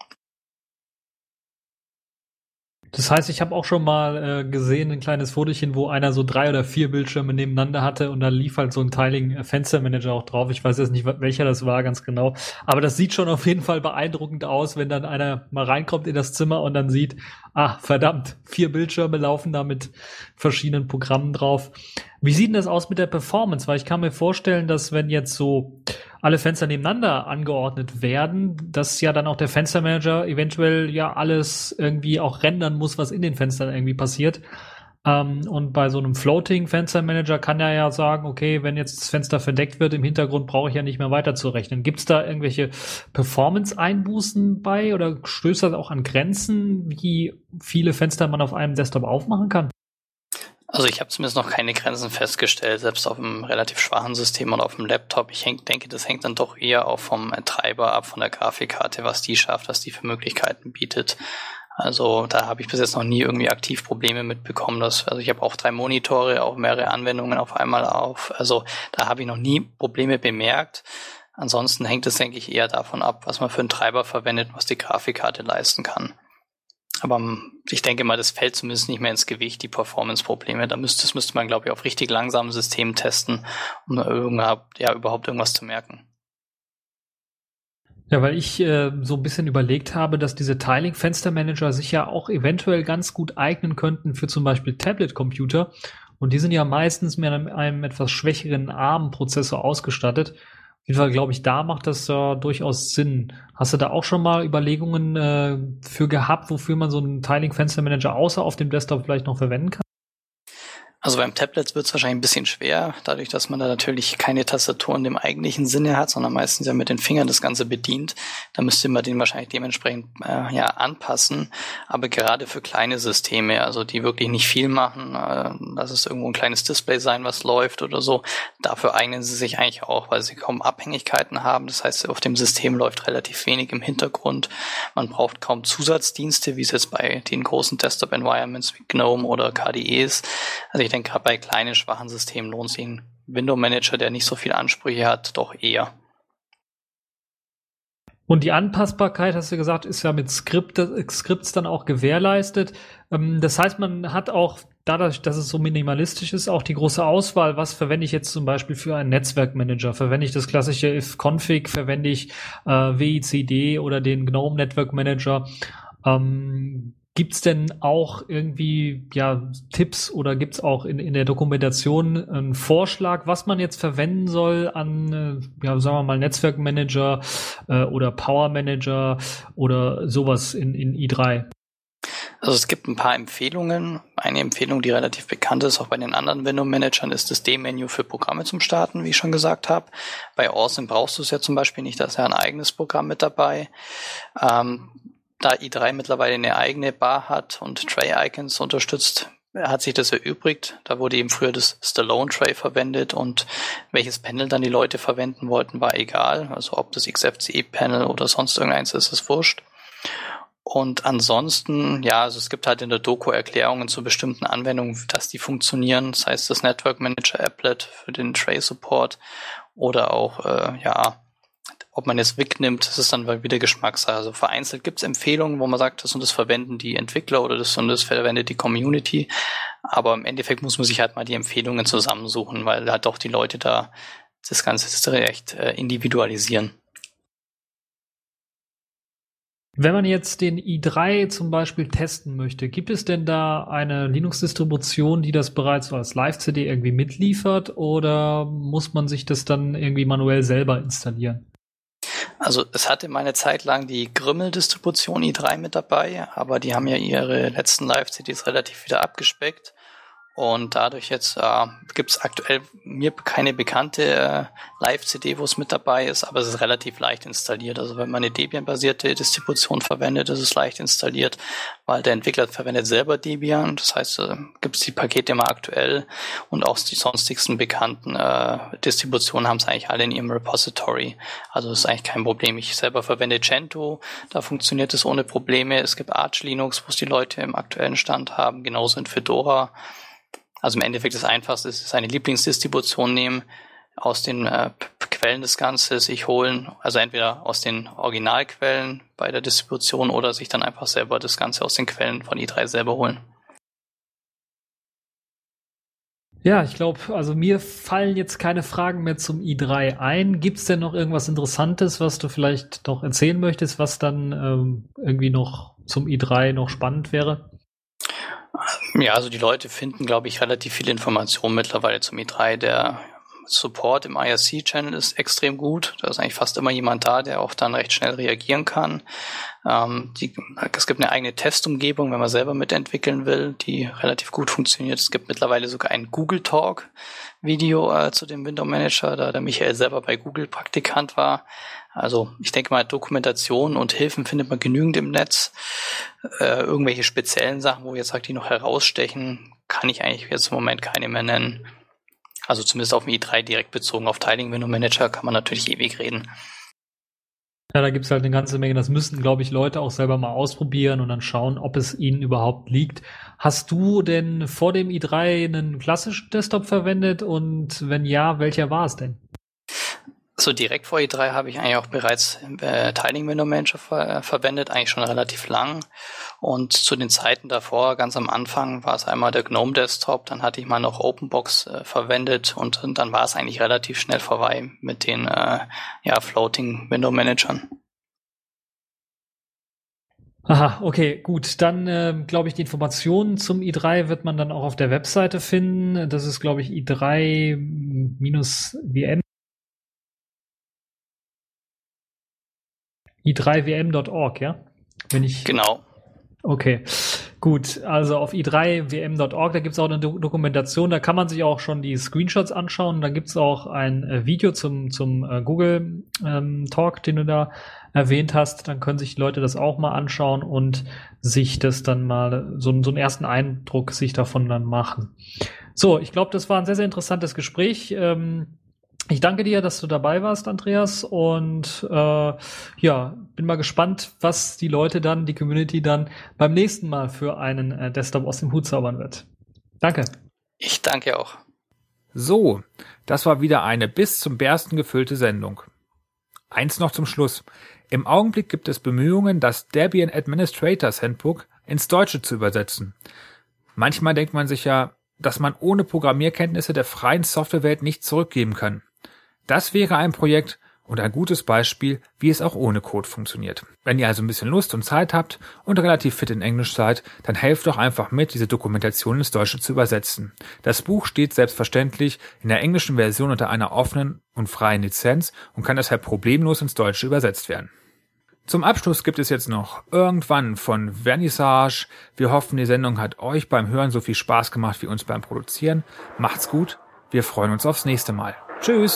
Das heißt, ich habe auch schon mal äh, gesehen, ein kleines Fotochen, wo einer so drei oder vier Bildschirme nebeneinander hatte und da lief halt so ein Tiling-Fenstermanager auch drauf. Ich weiß jetzt nicht, welcher das war ganz genau. Aber das sieht schon auf jeden Fall beeindruckend aus, wenn dann einer mal reinkommt in das Zimmer und dann sieht, ah, verdammt, vier Bildschirme laufen da mit verschiedenen Programmen drauf. Wie sieht denn das aus mit der Performance? Weil ich kann mir vorstellen, dass wenn jetzt so alle Fenster nebeneinander angeordnet werden, dass ja dann auch der Fenstermanager eventuell ja alles irgendwie auch rendern muss, was in den Fenstern irgendwie passiert. Ähm, und bei so einem Floating Fenstermanager kann er ja sagen, okay, wenn jetzt das Fenster verdeckt wird, im Hintergrund brauche ich ja nicht mehr weiter zu rechnen. Gibt es da irgendwelche Performance-Einbußen bei oder stößt das auch an Grenzen, wie viele Fenster man auf einem Desktop aufmachen kann? Also ich habe zumindest noch keine Grenzen festgestellt, selbst auf einem relativ schwachen System oder auf dem Laptop. Ich häng, denke, das hängt dann doch eher auch vom Treiber ab, von der Grafikkarte, was die schafft, was die für Möglichkeiten bietet. Also da habe ich bis jetzt noch nie irgendwie aktiv Probleme mitbekommen. Dass, also ich habe auch drei Monitore, auch mehrere Anwendungen auf einmal auf. Also da habe ich noch nie Probleme bemerkt. Ansonsten hängt es, denke ich, eher davon ab, was man für einen Treiber verwendet, was die Grafikkarte leisten kann. Aber ich denke mal, das fällt zumindest nicht mehr ins Gewicht, die Performance-Probleme. Da müsste, das müsste man, glaube ich, auf richtig langsamen Systemen testen, um da ja, überhaupt irgendwas zu merken. Ja, weil ich äh, so ein bisschen überlegt habe, dass diese Tiling-Fenstermanager sich ja auch eventuell ganz gut eignen könnten für zum Beispiel Tablet-Computer. Und die sind ja meistens mit einem, einem etwas schwächeren ARM-Prozessor ausgestattet. Auf jeden Fall glaube ich, da macht das ja durchaus Sinn. Hast du da auch schon mal Überlegungen äh, für gehabt, wofür man so einen Tiling-Fenstermanager außer auf dem Desktop vielleicht noch verwenden kann? Also beim Tablet wird es wahrscheinlich ein bisschen schwer, dadurch, dass man da natürlich keine Tastatur in dem eigentlichen Sinne hat, sondern meistens ja mit den Fingern das Ganze bedient. Da müsste man den wahrscheinlich dementsprechend äh, ja anpassen. Aber gerade für kleine Systeme, also die wirklich nicht viel machen, äh, lass es irgendwo ein kleines Display sein, was läuft oder so, dafür eignen sie sich eigentlich auch, weil sie kaum Abhängigkeiten haben. Das heißt, auf dem System läuft relativ wenig im Hintergrund. Man braucht kaum Zusatzdienste, wie es jetzt bei den großen Desktop-Environments wie GNOME oder K D E ist. Also ich Ich denke, gerade bei kleinen, schwachen Systemen lohnt sich ein Window-Manager, der nicht so viele Ansprüche hat, doch eher. Und die Anpassbarkeit, hast du gesagt, ist ja mit Skript, Skripts dann auch gewährleistet. Das heißt, man hat auch, dadurch, dass es so minimalistisch ist, auch die große Auswahl, was verwende ich jetzt zum Beispiel für einen Netzwerkmanager? Verwende ich das klassische if-config, verwende ich äh, W I C D oder den GNOME Network Manager? Ähm, Gibt's denn auch irgendwie ja Tipps oder gibt's auch in, in der Dokumentation einen Vorschlag, was man jetzt verwenden soll an, äh, ja, sagen wir mal, Netzwerkmanager äh, oder Power Manager oder sowas in, in i drei? Also es gibt ein paar Empfehlungen. Eine Empfehlung, die relativ bekannt ist, auch bei den anderen Window-Managern, ist das D-Menü für Programme zum Starten, wie ich schon gesagt habe. Bei Awesome brauchst du es ja zum Beispiel nicht, da ist ja ein eigenes Programm mit dabei. Ähm, Da i drei mittlerweile eine eigene Bar hat und Tray-Icons unterstützt, hat sich das erübrigt. Da wurde eben früher das Stallone-Tray verwendet und welches Panel dann die Leute verwenden wollten, war egal. Also ob das X F C E-Panel oder sonst irgendeins ist, ist wurscht. Und ansonsten, ja, also es gibt halt in der Doku Erklärungen zu bestimmten Anwendungen, dass die funktionieren. Das heißt, das Network Manager Applet für den Tray-Support oder auch, äh, ja, ob man jetzt W I C nimmt, das ist dann wieder Geschmackssache. Also vereinzelt gibt es Empfehlungen, wo man sagt, das und das verwenden die Entwickler oder das und das verwendet die Community. Aber im Endeffekt muss man sich halt mal die Empfehlungen zusammensuchen, weil halt doch die Leute da das Ganze recht äh, individualisieren. Wenn man jetzt den i drei zum Beispiel testen möchte, gibt es denn da eine Linux-Distribution, die das bereits so als Live-C D irgendwie mitliefert oder muss man sich das dann irgendwie manuell selber installieren? Also es hatte mal eine Zeit lang die Grimmel-Distribution i drei mit dabei, aber die haben ja ihre letzten Live-C Ds relativ wieder abgespeckt. Und dadurch jetzt äh, gibt es aktuell mir keine bekannte äh, Live-C D, wo es mit dabei ist, aber es ist relativ leicht installiert. Also wenn man eine Debian-basierte Distribution verwendet, ist es leicht installiert, weil der Entwickler verwendet selber Debian. Das heißt, äh, gibt es die Pakete immer aktuell und auch die sonstigsten bekannten äh, Distributionen haben es eigentlich alle in ihrem Repository. Also das ist eigentlich kein Problem. Ich selber verwende Gentoo, da funktioniert es ohne Probleme. Es gibt Arch Linux, wo es die Leute im aktuellen Stand haben, genauso in Fedora. Also im Endeffekt das Einfachste ist, seine Lieblingsdistribution nehmen, aus den äh, Quellen des Ganzen sich holen, also entweder aus den Originalquellen bei der Distribution oder sich dann einfach selber das Ganze aus den Quellen von i drei selber holen. Ja, ich glaube, also mir fallen jetzt keine Fragen mehr zum i drei ein. Gibt's denn noch irgendwas Interessantes, was du vielleicht noch erzählen möchtest, was dann ähm, irgendwie noch zum i drei noch spannend wäre? Ja, also die Leute finden, glaube ich, relativ viele Informationen mittlerweile zum i drei. Der Support im I R C-Channel ist extrem gut. Da ist eigentlich fast immer jemand da, der auch dann recht schnell reagieren kann. Ähm, die, es gibt eine eigene Testumgebung, wenn man selber mitentwickeln will, die relativ gut funktioniert. Es gibt mittlerweile sogar ein Google Talk Video äh, zu dem Window Manager, da der Michael selber bei Google Praktikant war. Also ich denke mal, Dokumentation und Hilfen findet man genügend im Netz. Äh, irgendwelche speziellen Sachen, wo jetzt sagt, die noch herausstechen, kann ich eigentlich jetzt im Moment keine mehr nennen. Also zumindest auf den i drei direkt bezogen. Auf Tiling Window Manager kann man natürlich ewig reden. Ja, da gibt's halt eine ganze Menge. Das müssten, glaube ich, Leute auch selber mal ausprobieren und dann schauen, ob es ihnen überhaupt liegt. Hast du denn vor dem i drei einen klassischen Desktop verwendet und wenn ja, welcher war es denn? So direkt vor i drei habe ich eigentlich auch bereits äh, Tiling Window Manager ver- äh, verwendet, eigentlich schon relativ lang. Und zu den Zeiten davor, ganz am Anfang, war es einmal der GNOME Desktop, dann hatte ich mal noch OpenBox äh, verwendet und, und dann war es eigentlich relativ schnell vorbei mit den äh, ja, Floating Window Managern. Aha, okay, gut. Dann äh, glaube ich, die Informationen zum i drei wird man dann auch auf der Webseite finden. Das ist, glaube ich, i drei W M. i drei w m punkt org, ja? Wenn ich Genau. Okay, gut. Also auf i drei w m punkt org, da gibt's auch eine Do- Dokumentation, da kann man sich auch schon die Screenshots anschauen. Da gibt's auch ein äh, Video zum zum äh, Google ähm, Talk, den du da erwähnt hast. Dann können sich die Leute das auch mal anschauen und sich das dann mal, so, so einen ersten Eindruck sich davon dann machen. So, ich glaube, das war ein sehr, sehr interessantes Gespräch. Ähm, Ich danke dir, dass du dabei warst, Andreas, und äh, ja, bin mal gespannt, was die Leute dann, die Community dann beim nächsten Mal für einen äh, Desktop aus dem Hut zaubern wird. Danke. Ich danke auch. So, das war wieder eine bis zum Bersten gefüllte Sendung. Eins noch zum Schluss. Im Augenblick gibt es Bemühungen, das Debian Administrators Handbook ins Deutsche zu übersetzen. Manchmal denkt man sich ja, dass man ohne Programmierkenntnisse der freien Softwarewelt nicht zurückgeben kann. Das wäre ein Projekt, und ein gutes Beispiel, wie es auch ohne Code funktioniert. Wenn ihr also ein bisschen Lust und Zeit habt und relativ fit in Englisch seid, dann helft doch einfach mit, diese Dokumentation ins Deutsche zu übersetzen. Das Buch steht selbstverständlich in der englischen Version unter einer offenen und freien Lizenz und kann deshalb problemlos ins Deutsche übersetzt werden. Zum Abschluss gibt es jetzt noch Irgendwann von Vernissage. Wir hoffen, die Sendung hat euch beim Hören so viel Spaß gemacht wie uns beim Produzieren. Macht's gut, wir freuen uns aufs nächste Mal. Tschüss!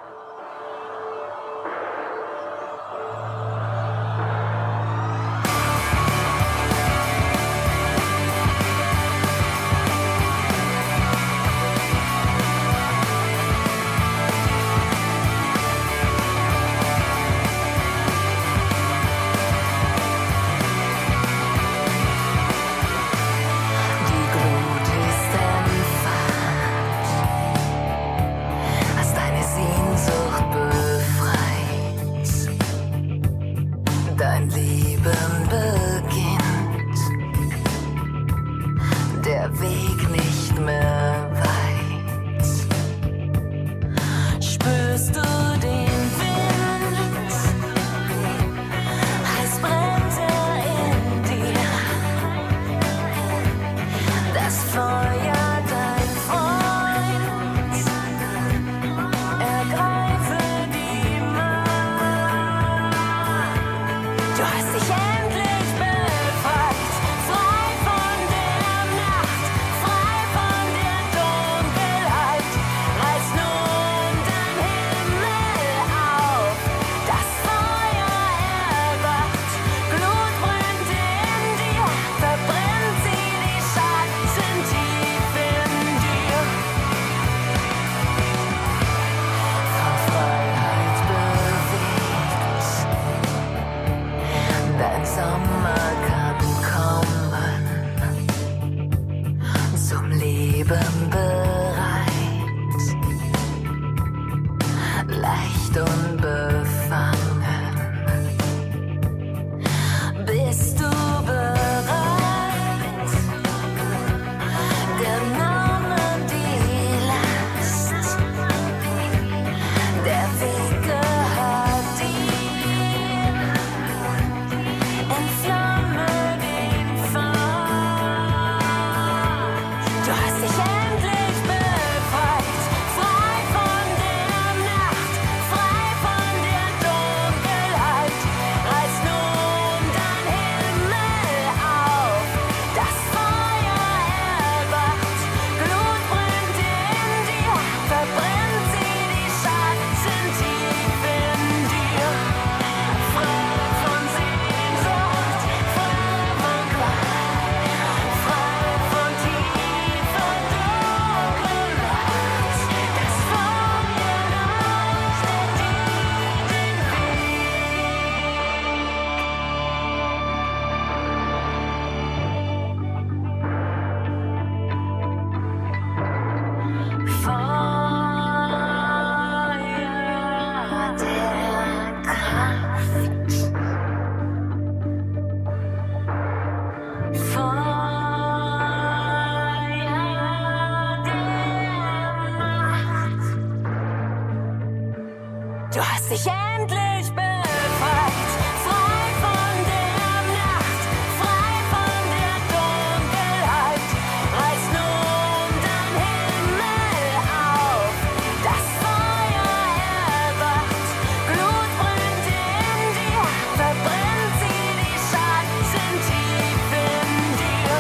Du hast dich endlich befreit, frei von der Nacht, frei von der Dunkelheit. Reiß nun dein Himmel auf, das Feuer erwacht, Glut brennt in dir, verbrennt sie die Schatten tief in dir.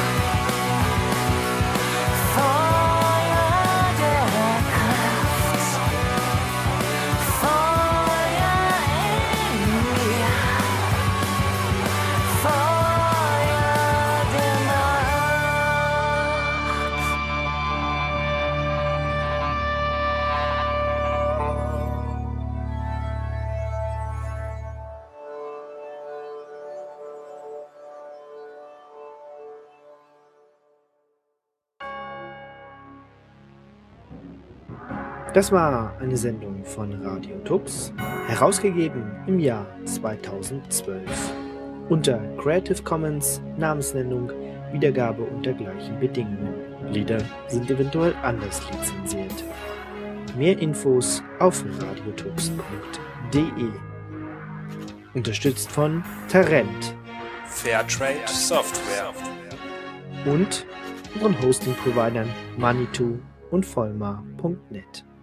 Feuer der Kraft, Feuer in mir, Feuer der Nacht. Das war eine Sendung von Radio Tux, herausgegeben im Jahr zweitausendzwölf. Unter Creative Commons, Namensnennung, Wiedergabe unter gleichen Bedingungen. Lieder sind eventuell anders lizenziert. Mehr Infos auf radiotux punkt punkt de. Unterstützt von Tarent Fairtrade Software und unseren Hosting-Providern Manitou und Vollmar punkt net.